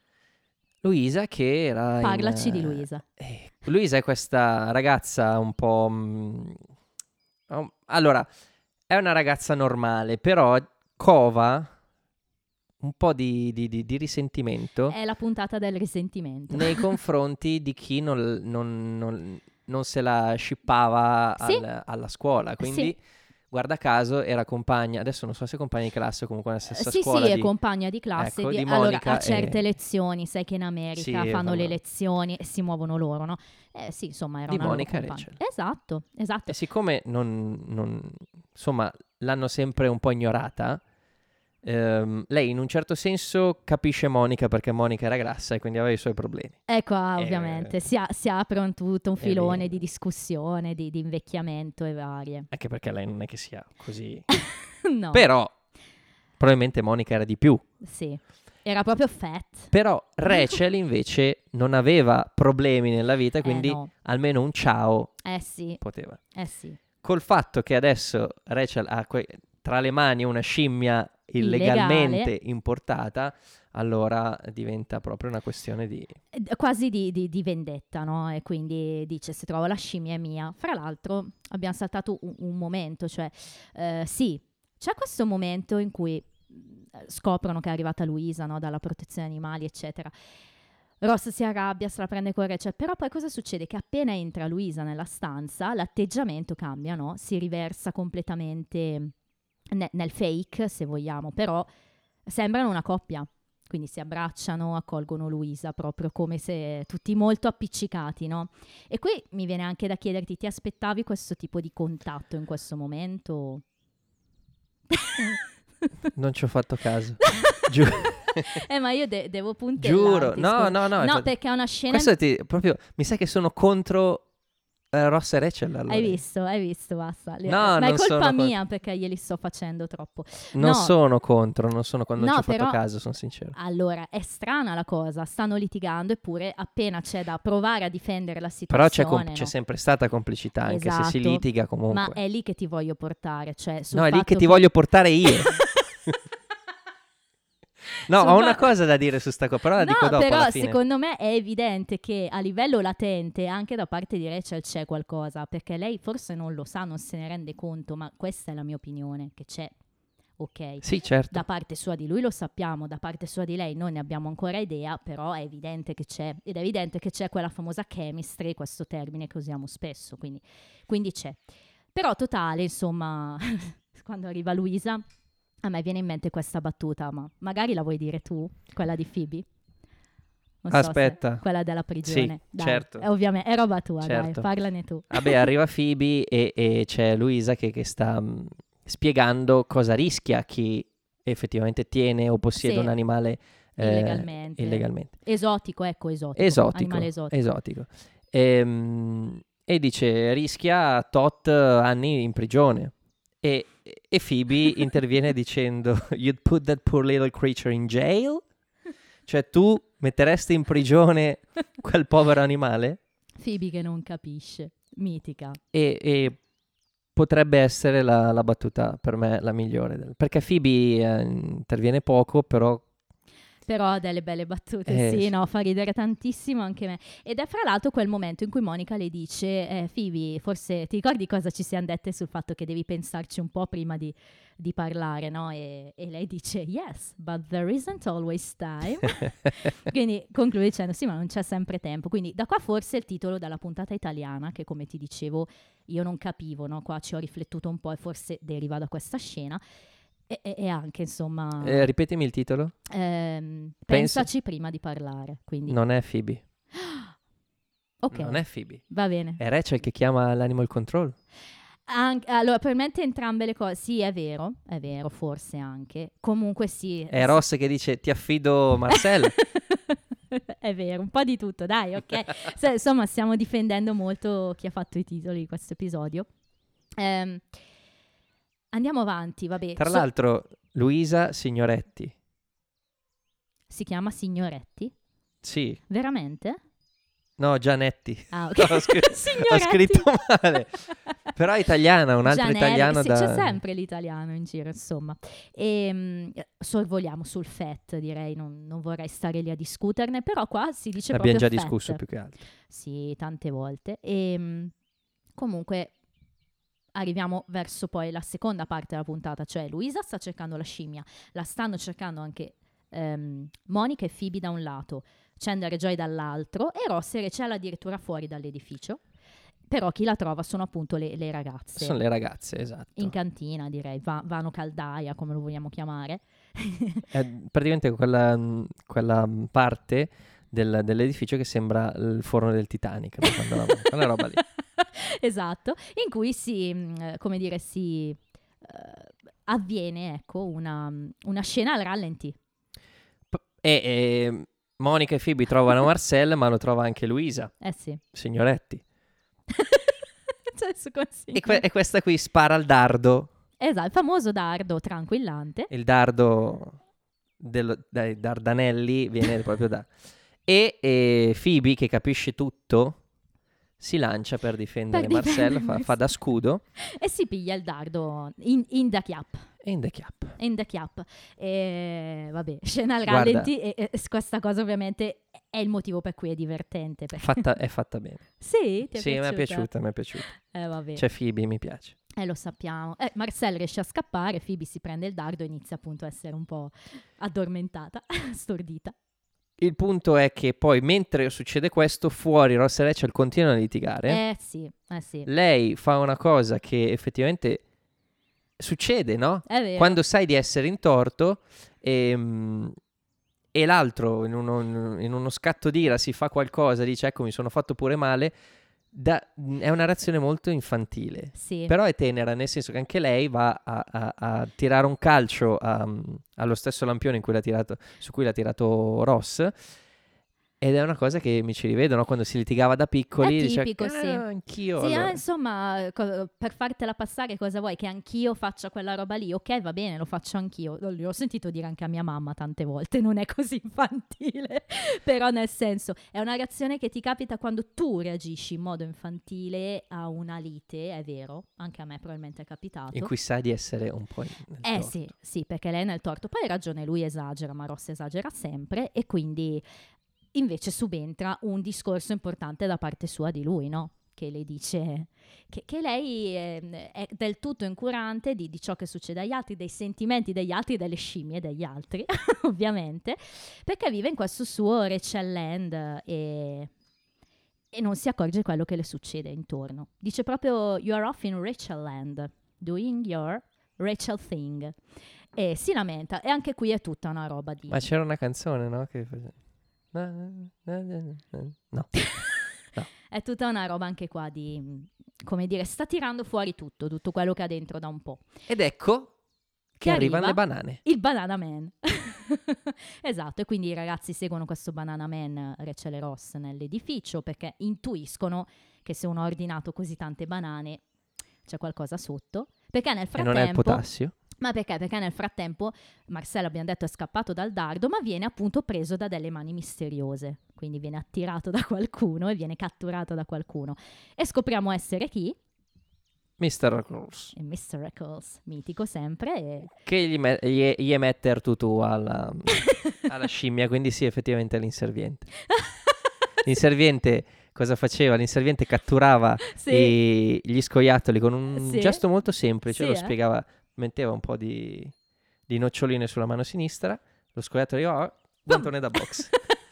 Luisa che era Parlaci in, di Luisa. Eh, Luisa è questa ragazza un po'... Mh, um, allora, è una ragazza normale, però cova un po' di, di, di, di risentimento. È la puntata del risentimento. Nei confronti di chi non, non, non, non se la scippava Sì. al, alla scuola. Quindi, Sì. guarda caso, era compagna, adesso non so se è compagna di classe o comunque nella stessa sì, scuola. Sì, di... è compagna di classe. ecco, di... di allora, Monica a certe e... lezioni, sai che in America sì, fanno fanno... le lezioni e si muovono loro, no? Eh sì, insomma, era di una Monica loro e compagna. Rachel. Esatto, esatto. E siccome non, non, insomma, l'hanno sempre un po' ignorata, ehm, lei in un certo senso capisce Monica perché Monica era grassa e quindi aveva i suoi problemi. Ecco, ah, Eh, ovviamente, si, a- si apre un tutto un filone lì- di discussione, di, di invecchiamento e varie. Anche perché lei non è che sia così... No, Però, probabilmente Monica era di più. sì, era proprio fat. Però Rachel invece non aveva problemi nella vita, quindi Eh no, almeno un ciao eh sì, poteva. eh sì. Col fatto che adesso Rachel ha que- tra le mani una scimmia illegalmente Illegale. importata, allora diventa proprio una questione di... Eh, quasi di, di- di vendetta, no? E quindi dice se trovo la scimmia è mia. Fra l'altro abbiamo saltato un, un momento, cioè eh, sì, c'è questo momento in cui mh, scoprono che è arrivata Luisa, no? Dalla protezione animali, eccetera. Ross si arrabbia, se la prende con Rachel, però poi cosa succede? Che appena entra Luisa nella stanza, l'atteggiamento cambia, no? Si riversa completamente ne- nel fake, se vogliamo, però sembrano una coppia. Quindi si abbracciano, accolgono Luisa, proprio come se tutti molto appiccicati, no? E qui mi viene anche da chiederti, ti aspettavi questo tipo di contatto in questo momento? Non ci ho fatto caso. Giuro. eh, ma io de- devo puntellarti. Giuro. No, scusa. no, no. No, cioè, perché è una scena... questo ti, proprio, mi sa che sono contro eh, Ross e Rachel allora. Hai visto, hai visto, basta. Li- No, ma è non colpa sono con- mia perché glieli sto facendo troppo. Non No. sono contro, non sono con- non No, ci ho fatto però- caso, sono sincero. Allora, è strana la cosa, stanno litigando eppure appena c'è da provare a difendere la Però situazione... c'è, com- no? c'è sempre stata complicità, anche se si Esatto. litiga comunque. Ma è lì che ti voglio portare, cioè sul No, è lì fatto che ti voglio portare io. No, Sul ho fa- una cosa da dire su sta cosa, però la no, dico dopo però alla fine. secondo me è evidente che a livello latente anche da parte di Rachel c'è qualcosa, perché lei forse non lo sa, non se ne rende conto, ma questa è la mia opinione, che c'è, ok? Sì, certo. Da parte sua di lui lo sappiamo, da parte sua di lei non ne abbiamo ancora idea, però è evidente che c'è, ed è evidente che c'è quella famosa chemistry, questo termine che usiamo spesso, quindi, quindi c'è. Però totale, insomma, quando arriva Luisa, a me viene in mente questa battuta, ma magari la vuoi dire tu, quella di Phoebe? Non so se- Aspetta. quella della prigione. Sì, Dai, certo. è ovviamente è roba tua, Certo. dai, parlane tu. Vabbè, arriva Phoebe e, e c'è Luisa che, che sta mh, spiegando cosa rischia chi effettivamente tiene o possiede Sì. un animale eh, Illegalmente. illegalmente. Esotico, ecco, esotico. Esotico, Animale esotico. esotico. Ehm, E, dice rischia tot anni in prigione. E, e Phoebe interviene dicendo you'd put that poor little creature in jail? Cioè tu metteresti in prigione quel povero animale? Phoebe che non capisce. Mitica. E, e potrebbe essere la, la battuta per me la migliore. del- Perché Phoebe eh, interviene poco, però Però ha delle belle battute, Eh, sì, sì. no, fa ridere tantissimo anche me. Ed è fra l'altro quel momento in cui Monica le dice, eh, Phoebe, forse ti ricordi cosa ci siamo dette sul fatto che devi pensarci un po' prima di, di parlare, no? E, e lei dice, yes, but there isn't always time. Quindi conclude dicendo, sì, ma non c'è sempre tempo. Quindi da qua forse il titolo della puntata italiana, che come ti dicevo io non capivo, no? Qua ci ho riflettuto un po' e forse deriva da questa scena. E, e- e anche, insomma, Eh, ripetimi il titolo. ehm, Pensa- pensaci prima di parlare. Quindi, Non è Phoebe. ok, Non è Phoebe. va bene. È Rachel che chiama l'animal control. An- allora, probabilmente entrambe le cose. Sì, è vero, è vero, forse anche. Comunque sì. È Ross che dice ti affido Marcel. È vero, un po' di tutto, dai, ok. Se- insomma, stiamo difendendo molto chi ha fatto i titoli di questo episodio. Ehm, andiamo avanti, vabbè. Tra So- l'altro Luisa Signoretti. si chiama Signoretti? Sì. Veramente? No, Gianetti. Ah, ok. Ho, scr- ho Signoretti. scritto male. Però è italiana, un altro Gianelli, italiano sì, da... c'è sempre l'italiano in giro, insomma. E, mh, sorvoliamo sul F E T, direi, non, non vorrei stare lì a discuterne, però qua si dice L'abbiamo già proprio F E T. discusso più che altro. Sì, tante volte. E mh, comunque arriviamo verso poi la seconda parte della puntata, cioè Luisa sta cercando la scimmia, la stanno cercando anche ehm, Monica e Phoebe da un lato, Chandler e Joy dall'altro, e Ross e Rachel addirittura fuori dall'edificio. Però chi la trova sono appunto le, le ragazze. Sono le ragazze, esatto. In cantina, direi, Va- Vano Caldaia, come lo vogliamo chiamare. È praticamente quella, quella parte del- dell'edificio che sembra il forno del Titanic, no? Quando la- quella roba lì. Esatto, in cui si, mh, come dire, si eh, avviene, ecco, una, una scena al rallenti. P- E, e Monica e Phoebe trovano Marcel, ma lo trova anche Luisa, Eh sì. Signoretti. Cioè, su consiglio. E, que- e questa qui spara il dardo, Esatto, il famoso dardo tranquillante. il dardo dello- dai Dardanelli viene proprio da... E, e Phoebe, che capisce tutto, si lancia per difendere Per Marcel, difendere fa, fa Marcel. da scudo E si piglia il dardo in, in the chiap. e in the cap. In the chiap. E vabbè, scena al Guarda. rallenti e, e questa cosa ovviamente è il motivo per cui è divertente. perché- Fatta, è fatta bene. Sì, ti è Sì, mi è piaciuta? piaciuta, mi è piaciuta. Eh vabbè. C'è Phoebe, mi piace. Eh, lo sappiamo. Eh, Marcel riesce a scappare, Phoebe si prende il dardo e inizia appunto a essere un po' addormentata, stordita. Il punto è che poi, mentre succede questo, fuori Ross e Rachel continuano a litigare. Eh sì, eh sì, Lei fa una cosa che effettivamente succede, no? è vero. Quando sai di essere in torto e, mm, e l'altro in uno, in uno scatto d'ira si fa qualcosa, dice ecco mi sono fatto pure male, da- è una reazione molto infantile. Sì, Però è tenera, nel senso che anche lei va a, a- a tirare un calcio a- allo stesso lampione in cui l'ha tirato, su cui l'ha tirato Ross. Ed è una cosa che mi ci rivedo, no? Quando si litigava da piccoli, È diceva, tipico, "Ah, sì. anch'io. sì, allora." ah, insomma, co- per fartela passare cosa vuoi? Che anch'io faccia quella roba lì? Ok, va bene, lo faccio anch'io. Lo- L'ho sentito dire anche a mia mamma tante volte, non è così infantile. Però nel senso, è una reazione che ti capita quando tu reagisci in modo infantile a una lite, è vero, anche a me probabilmente è capitato. In cui sai di essere un po' nel Eh torto. sì, sì, perché lei è nel torto. Poi hai ragione, lui esagera, ma Ross esagera sempre e quindi invece subentra un discorso importante da parte sua di lui, no? Che le dice che, che lei è, è del tutto incurante di, di ciò che succede agli altri, dei sentimenti degli altri, delle scimmie degli altri, ovviamente, perché vive in questo suo Rachel Land e, e non si accorge di quello che le succede intorno. Dice proprio you are off in Rachel Land, doing your Rachel thing. E si lamenta, e anche qui è tutta una roba di... Ma c'era una canzone, no? Che face- No. No. È tutta una roba anche qua di, come dire, sta tirando fuori tutto, tutto quello che ha dentro da un po'. Ed ecco che, che arrivano arriva le banane. Il Banana Man. Esatto, e quindi i ragazzi seguono questo Banana Man, Rachel e Ross, nell'edificio, perché intuiscono che se uno ha ordinato così tante banane c'è qualcosa sotto. Perché nel frattempo... E non è il potassio? Ma perché? Perché nel frattempo Marcel, abbiamo detto, è scappato dal dardo, ma viene appunto preso da delle mani misteriose. Quindi viene attirato da qualcuno e viene catturato da qualcuno. E scopriamo essere chi? mister Eccles. E mister Eccles, mitico sempre. E... Che gli, me- gli, gli emette il tutù alla, alla scimmia, quindi sì, effettivamente è l'inserviente. L'inserviente cosa faceva? L'inserviente catturava sì. i, gli scoiattoli con un sì. gesto molto semplice, sì, lo eh? spiegava, metteva un po' di, di noccioline sulla mano sinistra, lo scoiattolo arrivava, oh, guantone da box.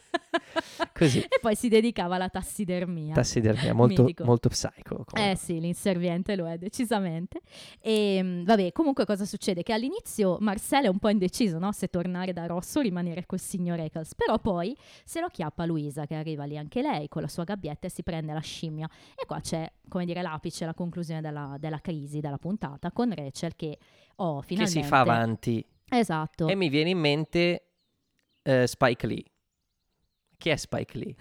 Così. E poi si dedicava alla tassidermia. Tassidermia, molto, Mitico. molto psycho. Eh sì, l'inserviente lo è decisamente. E vabbè, comunque cosa succede? Che all'inizio Marcel è un po' indeciso, no? Se tornare da Rosso o rimanere col signor Eccles. Però poi se lo acchiappa Luisa, che arriva lì anche lei con la sua gabbietta e si prende la scimmia. E qua c'è, come dire, l'apice, la conclusione della, della crisi, della puntata, con Rachel che, oh, finalmente... Che si fa avanti. Esatto. E mi viene in mente uh, Spike Lee. Chi è Spike Lee?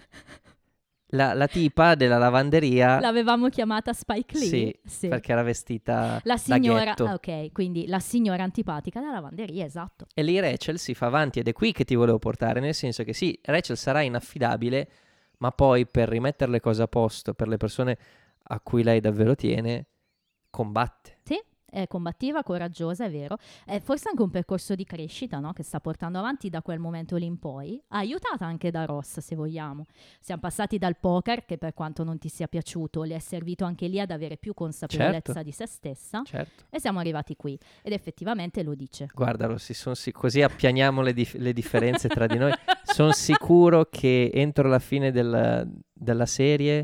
La, la tipa della lavanderia. L'avevamo chiamata Spike Lee? Sì, sì. Perché era vestita la signora, da ghetto. Ah, ok, quindi la signora antipatica della lavanderia, esatto. E lì Rachel si fa avanti ed è qui che ti volevo portare, nel senso che sì, Rachel sarà inaffidabile, ma poi per rimettere le cose a posto per le persone a cui lei davvero tiene, combatte. Sì. È combattiva, coraggiosa, è vero. È forse anche un percorso di crescita, no? Che sta portando avanti da quel momento lì in poi. Aiutata anche da Ross, se vogliamo. Siamo passati dal poker, che per quanto non ti sia piaciuto, le è servito anche lì ad avere più consapevolezza certo. di se stessa. Certo. E siamo arrivati qui. Ed effettivamente lo dice. Guarda, Rossi, son sic- così appianiamo le, dif- le differenze tra di noi. Sono sicuro che entro la fine del, della serie...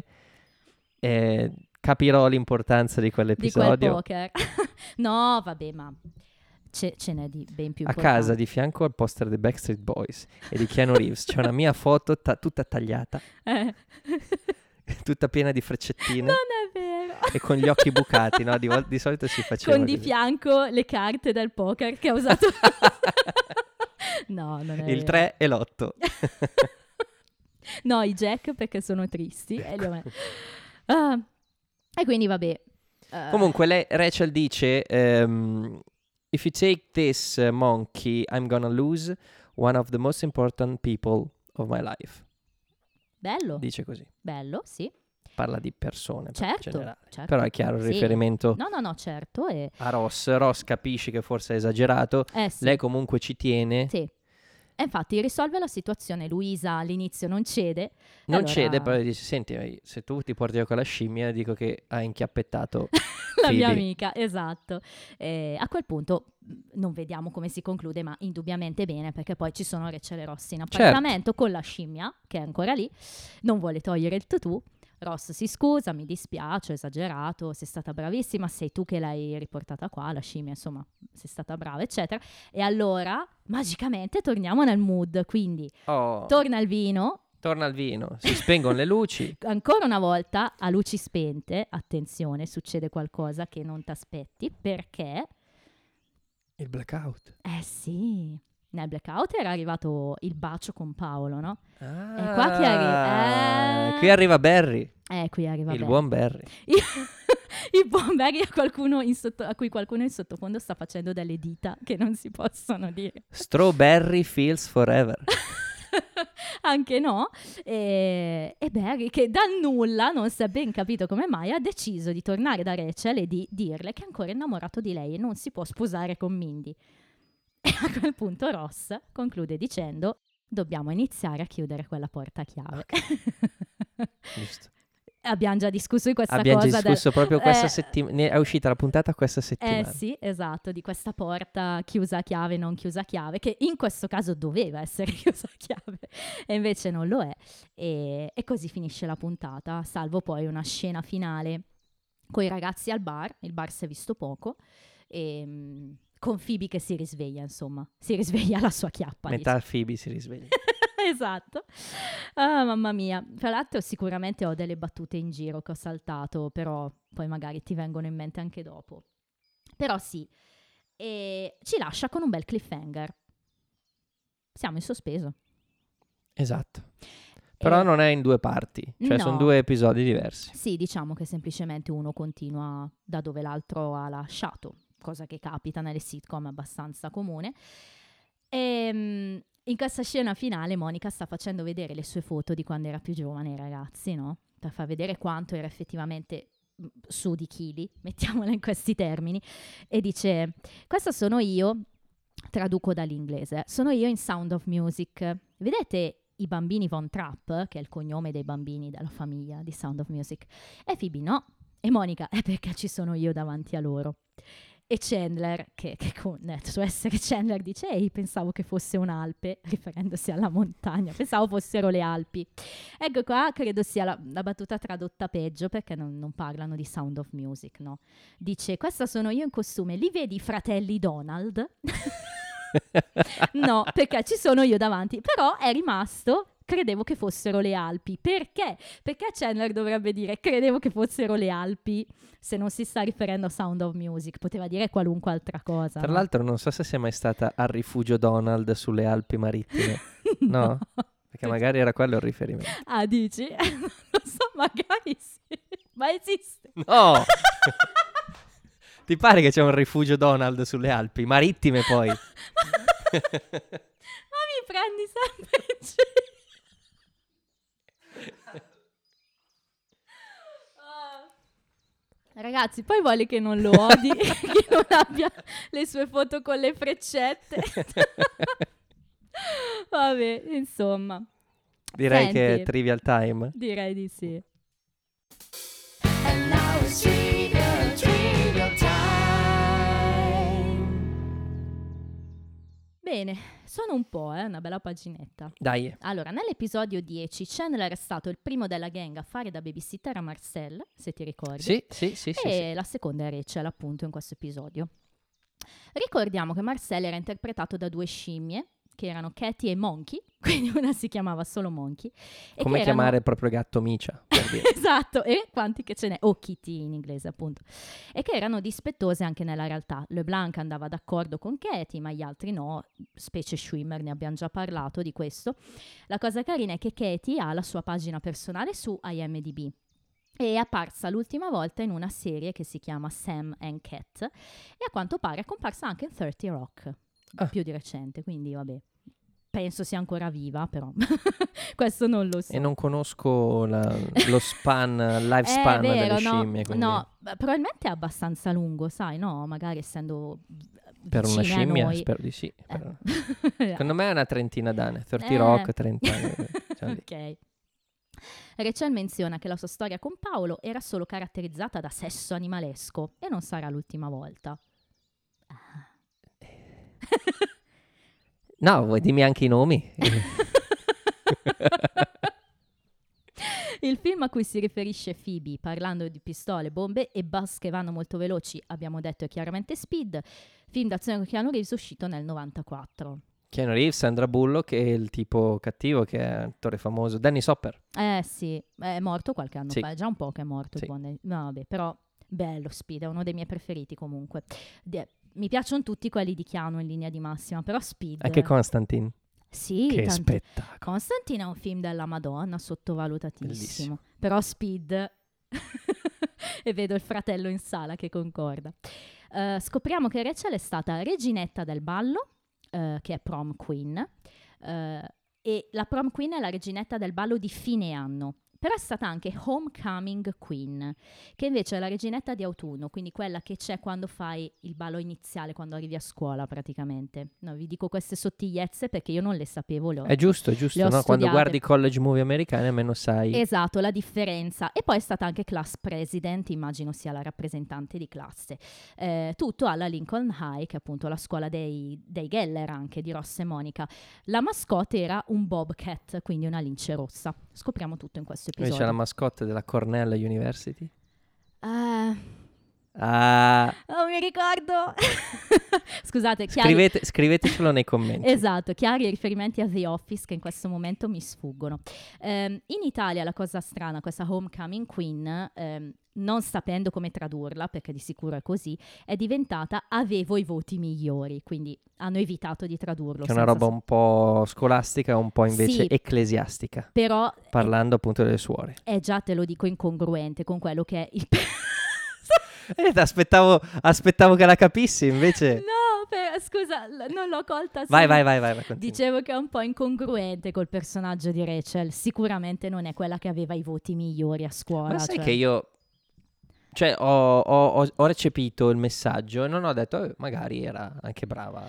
Eh, capirò l'importanza di quell'episodio. Di quel poker. No, vabbè, ma ce, ce n'è di ben più a importanti. casa, di fianco al poster dei Backstreet Boys e di Keanu Reeves, c'è una mia foto ta- tutta tagliata, Eh. tutta piena di freccettine. Non è vero. E con gli occhi bucati, no? Di, vol- di solito si faceva Con di così. fianco le carte del poker che ha usato. No, non è Il vero. tre e l'otto. No, i jack perché sono tristi. E, li ho me- Ah, e quindi vabbè. Uh, Comunque lei, Rachel dice um, if you take this uh, monkey I'm gonna lose one of the most important people of my life. Bello. Dice così. Bello, sì. Parla di persone, Certo, in generale. certo. Però è chiaro il Sì. riferimento No, no, no, certo. E... a Ross. Ross capisci che forse è esagerato. Eh, sì. Lei comunque ci tiene. Sì. E infatti risolve la situazione. Luisa all'inizio non cede. Non allora... cede, però dice, senti, se tu ti porti con la scimmia, dico che hai inchiappettato la mia Phoebe. amica, esatto. E a quel punto non vediamo come si conclude, ma indubbiamente bene, perché poi ci sono Rachel e Ross in appartamento, certo, con la scimmia, che è ancora lì, non vuole togliere il tutù. Ross si scusa, mi dispiace, ho esagerato, sei stata bravissima, sei tu che l'hai riportata qua, la scimmia, insomma, sei stata brava, eccetera. E allora, magicamente, torniamo nel mood, quindi Oh. torna il vino. Torna il vino, si spengono le luci. Ancora una volta, a luci spente, attenzione, succede qualcosa che non ti aspetti, perché... Il blackout. Eh sì, nel blackout era arrivato il bacio con Paolo, no? Ah, E qua chi arriva? Eh... Qui arriva Barry. Eh, qui arriva Il Barry. buon Barry. Il buon Barry a, qualcuno in sotto, a cui qualcuno in sottofondo sta facendo delle dita che non si possono dire. Strawberry feels forever. Anche no. E, e Barry, che dal nulla, non si è ben capito come mai, ha deciso di tornare da Rachel e di dirle che è ancora innamorato di lei e non si può sposare con Mindy. E a quel punto Ross conclude dicendo: dobbiamo iniziare a chiudere quella porta a chiave. Okay. Giusto. Abbiamo già discusso di questa Abbiamo cosa. Abbiamo discusso del... proprio questa eh, settimana. È uscita la puntata questa settimana. Eh sì, esatto, di questa porta chiusa a chiave, non chiusa a chiave, che in questo caso doveva essere chiusa a chiave e invece non lo è. E, e così finisce la puntata, salvo poi una scena finale con i ragazzi al bar. Il bar si è visto poco. E... con Phoebe che si risveglia, insomma, si risveglia alla sua chiappa. Metà diciamo. Phoebe si risveglia. Esatto. Ah, mamma mia. Tra l'altro sicuramente ho delle battute in giro che ho saltato, però poi magari ti vengono in mente anche dopo. Però sì, e ci lascia con un bel cliffhanger. Siamo in sospeso. Esatto. Però E- non è in due parti, cioè No. sono due episodi diversi. Sì, diciamo che semplicemente uno continua da dove l'altro ha lasciato, cosa che capita nelle sitcom abbastanza comune. E, mm, in questa scena finale Monica sta facendo vedere le sue foto di quando era più giovane ai ragazzi, no? Per far vedere quanto era effettivamente mm, su di chili, mettiamola in questi termini, e dice: questa sono io, traduco dall'inglese, sono io in Sound of Music. Vedete i bambini Von Trapp, che è il cognome dei bambini della famiglia di Sound of Music? E Phoebe no, e Monica è perché ci sono io davanti a loro. E Chandler, che, che con il suo essere Chandler, dice: ehi, pensavo che fosse un'Alpe, riferendosi alla montagna, pensavo fossero le Alpi. Ecco qua, credo sia la, la battuta tradotta peggio, perché non, non parlano di Sound of Music, no? Dice: questa sono io in costume, li vedi i fratelli Donald? No, perché ci sono io davanti, però è rimasto: credevo che fossero le Alpi. Perché? Perché Chandler dovrebbe dire credevo che fossero le Alpi se non si sta riferendo a Sound of Music? Poteva dire qualunque altra cosa. Tra no? l'altro non so se sei mai stata al rifugio Donald sulle Alpi Marittime. No? Perché magari era quello il riferimento. Ah, dici? Non lo so, magari sì. Ma esiste? No! Ti pare che c'è un rifugio Donald sulle Alpi Marittime poi? Ma mi prendi sempre in giro. Oh. Ragazzi, poi vuole che non lo odi, che non abbia le sue foto con le freccette. Vabbè, insomma. Direi Senti, che è Trivial Time. direi di sì. And now it's trivial, trivial time. Bene, sono un po', eh, una bella paginetta. Dai. Allora, nell'episodio dieci Chandler è stato il primo della gang a fare da babysitter a Marcel, se ti ricordi. Sì, sì, sì, sì, e sì. la seconda è Rachel, appunto, in questo episodio. Ricordiamo che Marcel era interpretato da due scimmie, che erano Katie e Monkey, quindi una si chiamava solo Monkey. E Come che chiamare erano... il proprio gatto Micia, per dire. Esatto, e quanti che ce n'è, o Kitty in inglese appunto, e che erano dispettose anche nella realtà. LeBlanc andava d'accordo con Katie, ma gli altri no, specie Schwimmer, ne abbiamo già parlato di questo. La cosa carina è che Katie ha la sua pagina personale su I M D B. E è apparsa l'ultima volta in una serie che si chiama Sam and Cat, e a quanto pare è comparsa anche in thirty Rock, Ah. più di recente, quindi vabbè. Penso sia ancora viva, però questo non lo so. E non conosco la- lo span, lifespan È vero, delle no, scimmie. Quindi no, beh, probabilmente è abbastanza lungo, sai, no? Magari essendo per una vicine a scimmia noi. spero di sì. però- Eh. Secondo me è una trentina d'anni. thirty Eh. Rock, trenta anni. Cioè lì. Ok. Rachel menziona che la sua storia con Paolo era solo caratterizzata da sesso animalesco e non sarà l'ultima volta. Ah. No, vuoi dimmi anche i nomi? Il film a cui si riferisce Phoebe, parlando di pistole, bombe e bus che vanno molto veloci, abbiamo detto è chiaramente Speed, film d'azione con Keanu Reeves uscito nel novantaquattro. Keanu Reeves, Sandra Bullock e il tipo cattivo che è attore famoso, Dennis Hopper. Eh sì, è morto qualche anno Sì. fa, è già un po' che è morto. Sì. il buon Dennis- No, vabbè, però bello Speed, è uno dei miei preferiti comunque. De- mi piacciono tutti quelli di Keanu in linea di massima, però Speed... Anche Constantine. Sì, Che tanti- spettacolo. Constantine è un film della Madonna, sottovalutatissimo. Bellissimo. Però Speed... e vedo il fratello in sala che concorda. Eh, scopriamo che Rachel è stata reginetta del ballo, eh, che è prom queen, eh, e la prom queen è la reginetta del ballo di fine anno. Però è stata anche homecoming queen, che invece è la reginetta di autunno, quindi quella che c'è quando fai il ballo iniziale, quando arrivi a scuola praticamente. No, vi dico queste sottigliezze perché io non le sapevo. Le ho È giusto, è giusto, le ho no? Quando studiate. guardi college movie americani almeno sai. Esatto, la differenza. E poi è stata anche class president, immagino sia la rappresentante di classe. Eh, tutto alla Lincoln High, che è appunto la scuola dei, dei Geller anche, di Ross e Monica. La mascotte era un bobcat, quindi una lince rossa. Scopriamo tutto in questo Invece episodio. c'è la mascotte della Cornell University. Eh, Ah, Non mi ricordo. Scusate, chiari... scrivete, scrivetecelo nei commenti. Esatto, chiari riferimenti a The Office che in questo momento mi sfuggono. Ehm, in Italia la cosa strana, questa Homecoming Queen, ehm, non sapendo come tradurla, perché di sicuro è così, è diventata avevo i voti migliori, quindi hanno evitato di tradurlo. Che è una senza roba sa- un po' scolastica, un po' invece Sì. ecclesiastica, Però parlando appunto delle suore. è, è già, te lo dico, incongruente con quello che è il... Eh, aspettavo, aspettavo che la capissi, invece... No, per- scusa, l- non l'ho colta. Vai, sì. vai, vai, vai, vai, continua. Dicevo che è un po' incongruente col personaggio di Rachel. Sicuramente non è quella che aveva i voti migliori a scuola. Ma sai cioè. che io... Cioè, ho, ho- ho- ho recepito il messaggio e non ho detto, "Eh, magari era anche brava."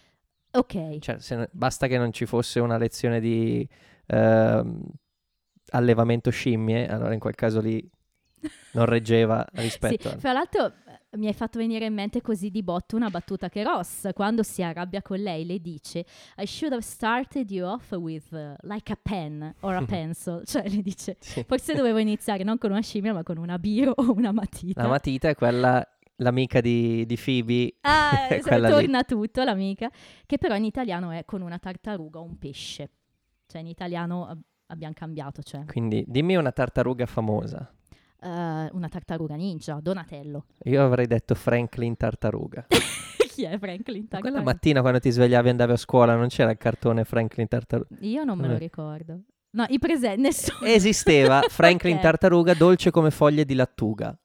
Ok. Cioè, se ne- basta che non ci fosse una lezione di ehm, allevamento scimmie, allora in quel caso lì non reggeva Sì, rispetto a... fra l'altro eh, mi hai fatto venire in mente così di botto una battuta che Ross, quando si arrabbia con lei, le dice I should have started you off with uh, like a pen or a pencil. Cioè le dice, Sì. forse dovevo iniziare non con una scimmia ma con una biro o una matita. La matita è quella, l'amica di, di Phoebe. Ah, è se- quella lì. torna tutto, l'amica, che però in italiano è con una tartaruga o un pesce. Cioè in italiano ab- abbiamo cambiato, cioè Quindi dimmi una tartaruga famosa. eh, una tartaruga ninja, Donatello. Io avrei detto Franklin Tartaruga. Chi è Franklin Quella Tartaruga? mattina quando ti svegliavi e andavi a scuola non c'era il cartone Franklin Tartaruga. Io non me lo Vabbè. ricordo. No, i presenti, nessuno. Esisteva Franklin Ok. Tartaruga dolce come foglie di lattuga.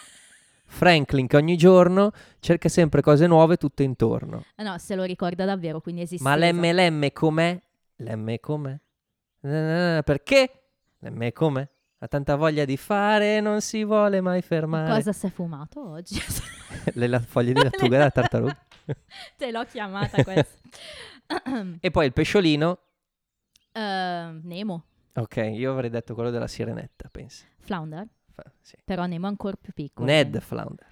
Franklin che ogni giorno cerca sempre cose nuove tutto intorno. Ah, no, se lo ricorda davvero, quindi esiste. Ma l'emme l'emme com'è? L'emme com'è? Eh, Perché? L'emme com'è? Ha tanta voglia di fare, non si vuole mai fermare. Cosa si è fumato oggi? Le la- foglie di lattuga della tartaruga. Te l'ho chiamata questa. E poi il pesciolino. Eh, Nemo, Ok, io avrei detto quello della sirenetta, pensi. Flounder, Fa- sì. però Nemo è ancora più piccolo. Ned Flounder.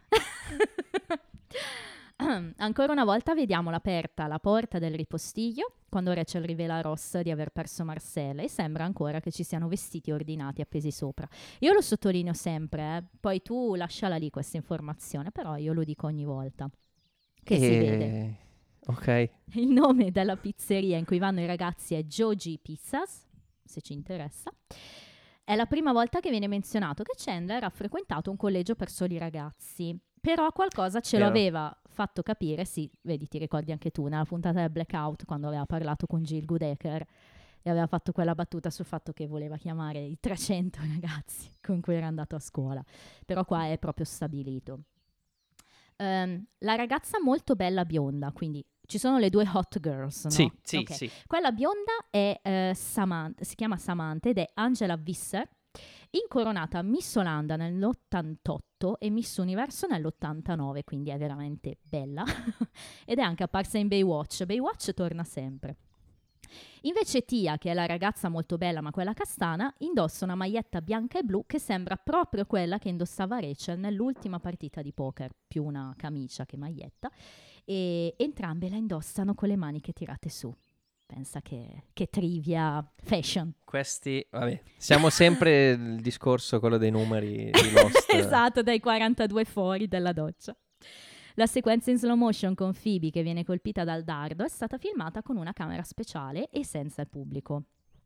Ancora una volta vediamo l'aperta la porta del ripostiglio quando Rachel rivela a Ross di aver perso Marcella e sembra ancora che ci siano vestiti ordinati appesi sopra. Io lo sottolineo sempre, eh. Poi tu lasciala lì questa informazione, però io lo dico ogni volta che si vede. E... Ok. Il nome della pizzeria in cui vanno i ragazzi è Joji Pizzas, se ci interessa. È la prima volta che viene menzionato che Chandler ha frequentato un collegio per soli ragazzi. Però qualcosa ce lo Vero. aveva fatto capire, sì, vedi, ti ricordi anche tu, nella puntata del Blackout, quando aveva parlato con Jill Goodacre e aveva fatto quella battuta sul fatto che voleva chiamare i trecento ragazzi con cui era andato a scuola. Però qua è proprio stabilito. Ehm, la ragazza molto bella bionda, quindi ci sono le due hot girls, no? Sì, sì, Ok. sì. Quella bionda è eh, Samantha, si chiama Samantha ed è Angela Visser, incoronata Miss Olanda nell'ottantotto e Miss Universo nell'ottantanove, quindi è veramente bella. Ed è anche apparsa in Baywatch. Baywatch torna sempre. Invece Tia, che è la ragazza molto bella ma quella castana, indossa una maglietta bianca e blu che sembra proprio quella che indossava Rachel nell'ultima partita di poker, più una camicia che maglietta, e entrambe la indossano con le maniche tirate su. Pensa che, che trivia fashion. Questi, vabbè, siamo sempre il discorso, quello dei numeri di Lost. Esatto, dai quarantadue fuori dalla doccia. La sequenza in slow motion con Phoebe che viene colpita dal dardo è stata filmata con una camera speciale e senza il pubblico.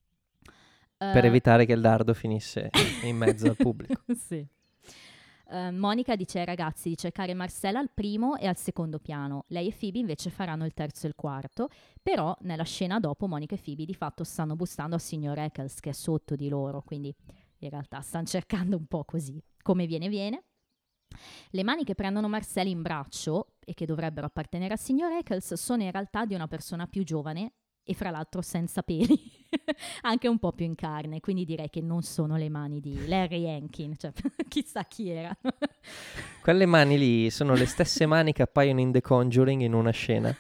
Per Eh, evitare che il dardo finisse in mezzo al pubblico. Sì. Eh, Monica dice ai ragazzi di cercare Marcella al primo e al secondo piano. Lei e Phoebe invece faranno il terzo e il quarto. Però nella scena dopo Monica e Phoebe di fatto stanno bussando al signor Eccles che è sotto di loro. Quindi in realtà stanno cercando un po' così. Come viene viene. Le mani che prendono Marcella in braccio e che dovrebbero appartenere al signor Eccles sono in realtà di una persona più giovane e fra l'altro senza peli, anche un po' più in carne, quindi direi che non sono le mani di Larry Hankin, cioè chissà chi era. Quelle mani lì sono le stesse mani che appaiono in The Conjuring in una scena.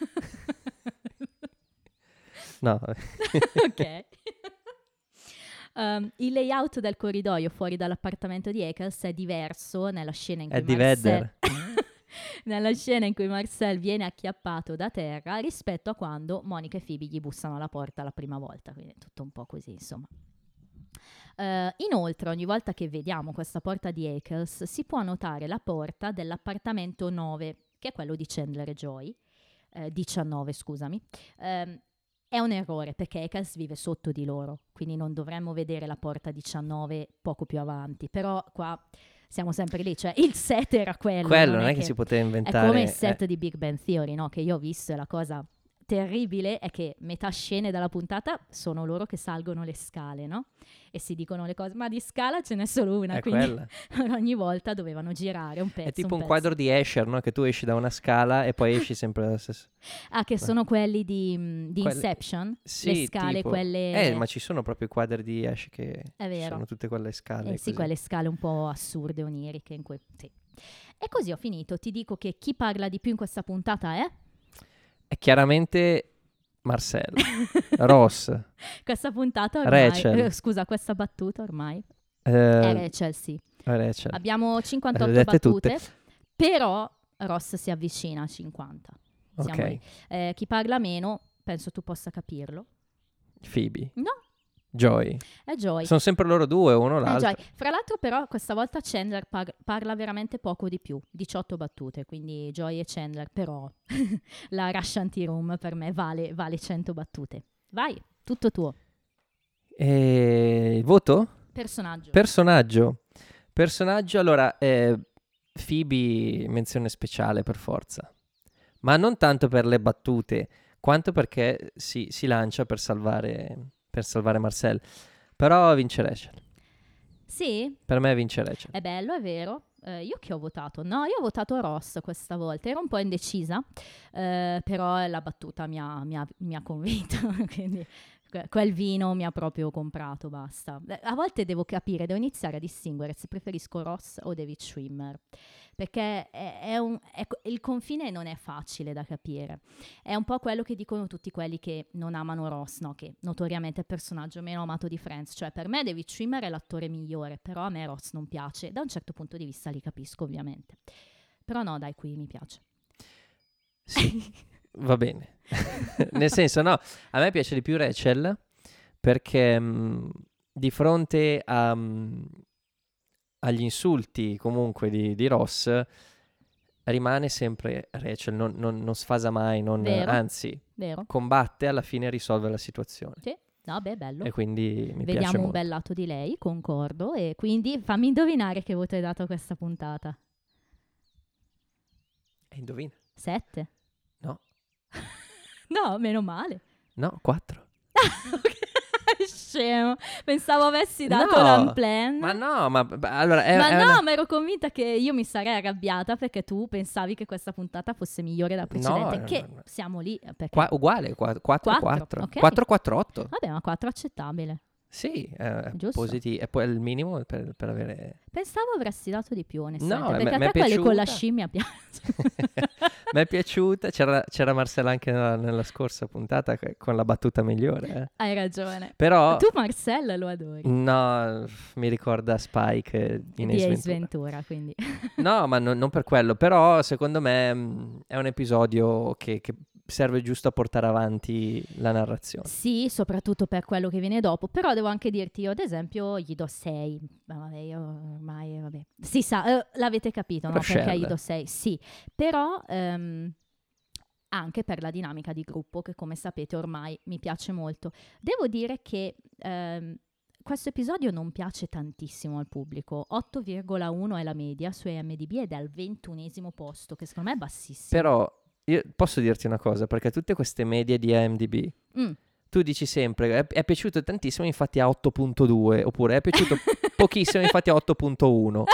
No, vabbè. Ok. Um, il layout del corridoio fuori dall'appartamento di Eccles è diverso nella scena in cui È di Marcel... Vedder. nella scena in cui Marcel viene acchiappato da terra rispetto a quando Monica e Phoebe gli bussano alla porta la prima volta, quindi è tutto un po' così, insomma. Eh, inoltre, ogni volta che vediamo questa porta di Eccles, si può notare la porta dell'appartamento nove, che è quello di Chandler e Joy, eh, diciannove, scusami. Ehm, è un errore perché Eccles vive sotto di loro, quindi non dovremmo vedere la porta diciannove poco più avanti, però qua siamo sempre lì, cioè il set era quello. Quello non è che, si poteva È inventare. come il set eh. di Big Bang Theory, no? Che io ho visto, e la cosa terribile è che metà scene della puntata sono loro che salgono le scale, no? E si dicono le cose, ma di scala ce n'è solo una, È quindi quella. ogni volta dovevano girare un pezzo. È tipo un, pezzo. quadro di Escher, no? Che tu esci da una scala e poi esci sempre dalla stessa. Ah, che sono quelli di, mh, di Quelli- Inception? Sì, le scale, tipo- quelle... Eh, ma ci sono proprio i quadri di Escher che È vero. sono tutte quelle scale. Eh sì, così. quelle scale un po' assurde, oniriche. In cui... sì. E così ho finito. Ti dico che chi parla di più in questa puntata è? È chiaramente Marcel, Ross, Questa puntata ormai... Rachel. eh, scusa, questa battuta ormai è eh, Rachel, sì. Rachel. Abbiamo cinquantotto Le ho dette battute, però Ross si avvicina a cinquanta. Siamo Ok, lì. Eh, chi parla meno, penso tu possa capirlo. Phoebe, No, Joy. è Joy. Sono sempre loro due, uno o Eh, l'altro. Joy. Fra l'altro però questa volta Chandler par- parla veramente poco di più, diciotto battute, quindi Joy e Chandler, però la Russian Tea Room per me vale, vale cento battute. Vai, tutto tuo. E il voto? Personaggio. Personaggio. Personaggio, allora, eh, Phoebe menzione speciale per forza. Ma non tanto per le battute, quanto perché si, si lancia per salvare, per salvare Marcel. Però vince Rachel. Sì, Per me vince Rachel. è bello, è vero. Eh, io che ho votato? No, io ho votato Ross questa volta, ero un po' indecisa, eh, però la battuta mi ha, mi ha- mi ha convinto, quindi que- quel vino mi ha proprio comprato, basta. Eh, A volte devo capire, devo iniziare a distinguere se preferisco Ross o David Schwimmer, perché è, è un- è co- il confine non è facile da capire. È un po' quello che dicono tutti quelli che non amano Ross, no? Che notoriamente è il personaggio meno amato di Friends. Cioè, per me David Schwimmer è l'attore migliore, però a me Ross non piace. Da un certo punto di vista li capisco, ovviamente. Però no, dai, qui mi piace. Sì, va bene. Nel senso, no, a me piace di più Rachel perché mh, di fronte a, mh, agli insulti comunque di, di Ross rimane sempre Rachel, non, non- non sfasa mai, non- Vero. anzi Vero? combatte, alla fine risolve la situazione. Sì. No, beh, bello. E quindi mi piace Vediamo un molto. bel lato di lei, concordo. E quindi fammi indovinare che voto hai dato a questa puntata. E indovina. Sette? No. No, meno male. No, quattro. Ok, scemo. Pensavo avessi dato No, l'unplan. Ma no, ma b- allora è, Ma è no, una- ma ero convinta che io mi sarei arrabbiata perché tu pensavi che questa puntata fosse migliore della precedente. no, che no, no. siamo lì eh, perché... qua- uguale, quattro Quattro, quattro. ok. quattro quattro otto. Vabbè, ma quattro accettabile. Sì, è Giusto. positivo, è poi il minimo per, per avere... Pensavo avresti dato di più, onestamente. No, perché me- a m'è te quelli con la piaciuta. scimmia piacciono. Mi è piaciuta, c'era, c'era Marcella anche nella, nella scorsa puntata che- con la battuta migliore, eh. Hai ragione. Però, Tu Marcella lo adori. no, mi ricorda Spike in Di Ace Ace Ventura. Ventura, quindi. No, ma non- non per quello, però secondo me mh, è un episodio che, che serve giusto a portare avanti la narrazione. Sì, soprattutto per quello che viene dopo. Però devo anche dirti, io ad esempio gli do sei. Ma vabbè, io ormai, vabbè. Si sa, eh, l'avete capito, no? Rochelle. Perché gli do sei. Sì, però ehm, anche per la dinamica di gruppo, che come sapete ormai mi piace molto. Devo dire che ehm, questo episodio non piace tantissimo al pubblico. otto virgola uno è la media su I M D B ed è al ventunesimo posto, che secondo me è bassissimo. Però io posso dirti una cosa, perché tutte queste medie di I M D B, Mm. tu dici sempre è, è piaciuto tantissimo, infatti ha otto virgola due, oppure è piaciuto pochissimo, infatti ha otto virgola uno.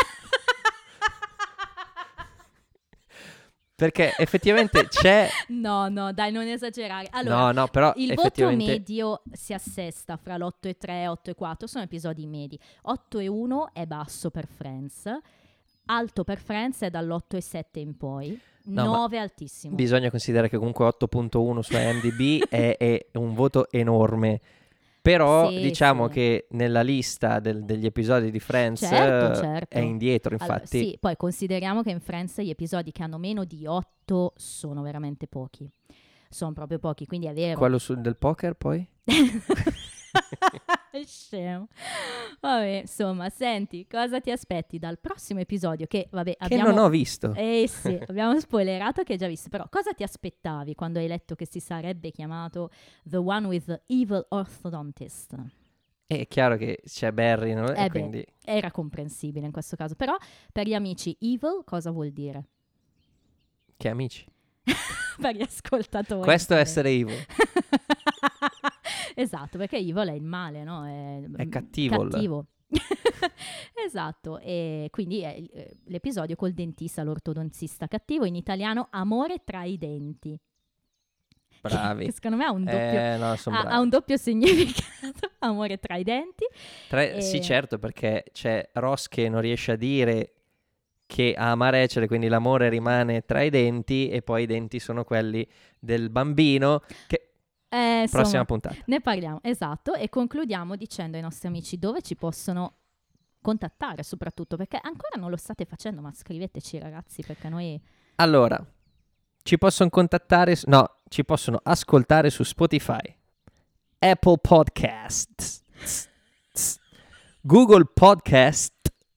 Perché effettivamente c'è... No, no, dai, non esagerare. Allora, no, no, però il voto effettivamente... medio si assesta fra l'otto e tre e otto e quattro, sono episodi medi. otto e uno è basso per Friends, alto per Friends è dall'otto e sette in poi, No, ma nove altissimo. Bisogna considerare che comunque otto virgola uno su I M D B è, è un voto enorme. Però Sì, diciamo sì. che nella lista del- degli episodi di Friends Certo, eh, certo. è indietro, Allora, infatti. sì, poi consideriamo che in Friends gli episodi che hanno meno di otto sono veramente pochi. Sono proprio pochi, quindi è vero. Quello sul- del poker poi? Scemo. Vabbè, insomma, senti, cosa ti aspetti dal prossimo episodio? Che, vabbè, Che abbiamo... non ho visto. Eh sì, abbiamo spoilerato che hai già visto, però cosa ti aspettavi quando hai letto che si sarebbe chiamato The One with the Evil Orthodontist? È chiaro che c'è Barry, no? Eh E beh, quindi era comprensibile in questo caso, però per gli amici evil cosa vuol dire? che amici. Per gli ascoltatori. Questo è eh. essere evil. Esatto, perché evil è il male, no? È, È mm, cattivo. cattivo. Esatto, e quindi è eh, l'episodio col dentista, l'ortodontista cattivo, in italiano amore tra i denti. Bravi. Che secondo me ha un doppio, Eh, no, son ha, bravi. ha un doppio significato, amore tra i denti. Tre- e- Sì, certo, perché c'è Ross che non riesce a dire che ama Rachel, quindi l'amore rimane tra i denti e poi i denti sono quelli del bambino. Che... Eh, insomma, Prossima puntata. ne parliamo, esatto, e concludiamo dicendo ai nostri amici dove ci possono contattare soprattutto, perché ancora non lo state facendo, ma scriveteci ragazzi, perché noi... Allora, ci possono contattare, s- no, ci possono ascoltare su Spotify, Apple Podcast, Google Podcast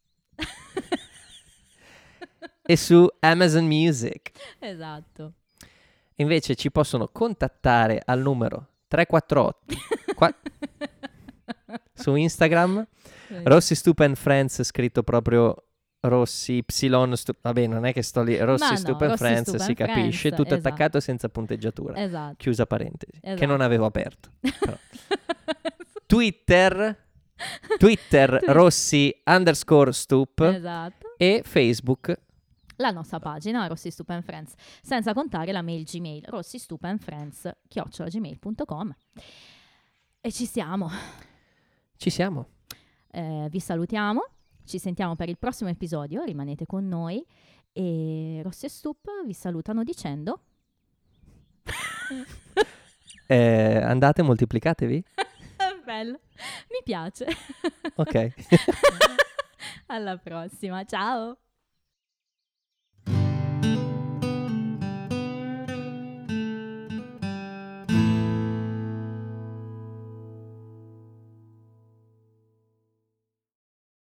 e su Amazon Music. Esatto. Invece ci possono contattare al numero tre quattro otto qua- su Instagram, Rossi Stupen Friends, scritto proprio Rossi Y Stu- vabbè, non è che sto lì, Rossi Ma no, Stupen Rossi Friends, Stupen si capisce, Friends, tutto esatto. attaccato senza punteggiatura, Esatto. chiusa parentesi, che Esatto. non avevo aperto. Però. Twitter Twitter Twi- Rossi underscore Stup Esatto. e Facebook La nostra pagina Rossi Stupen Friends, senza contare la mail Gmail rossistupenfriends chiocciola gmail punto com. E ci siamo. ci siamo. Eh, vi salutiamo, ci sentiamo per il prossimo episodio, rimanete con noi e Rossi e Stup vi salutano dicendo Eh, andate, moltiplicatevi. bello, mi piace. Ok. Alla prossima, ciao.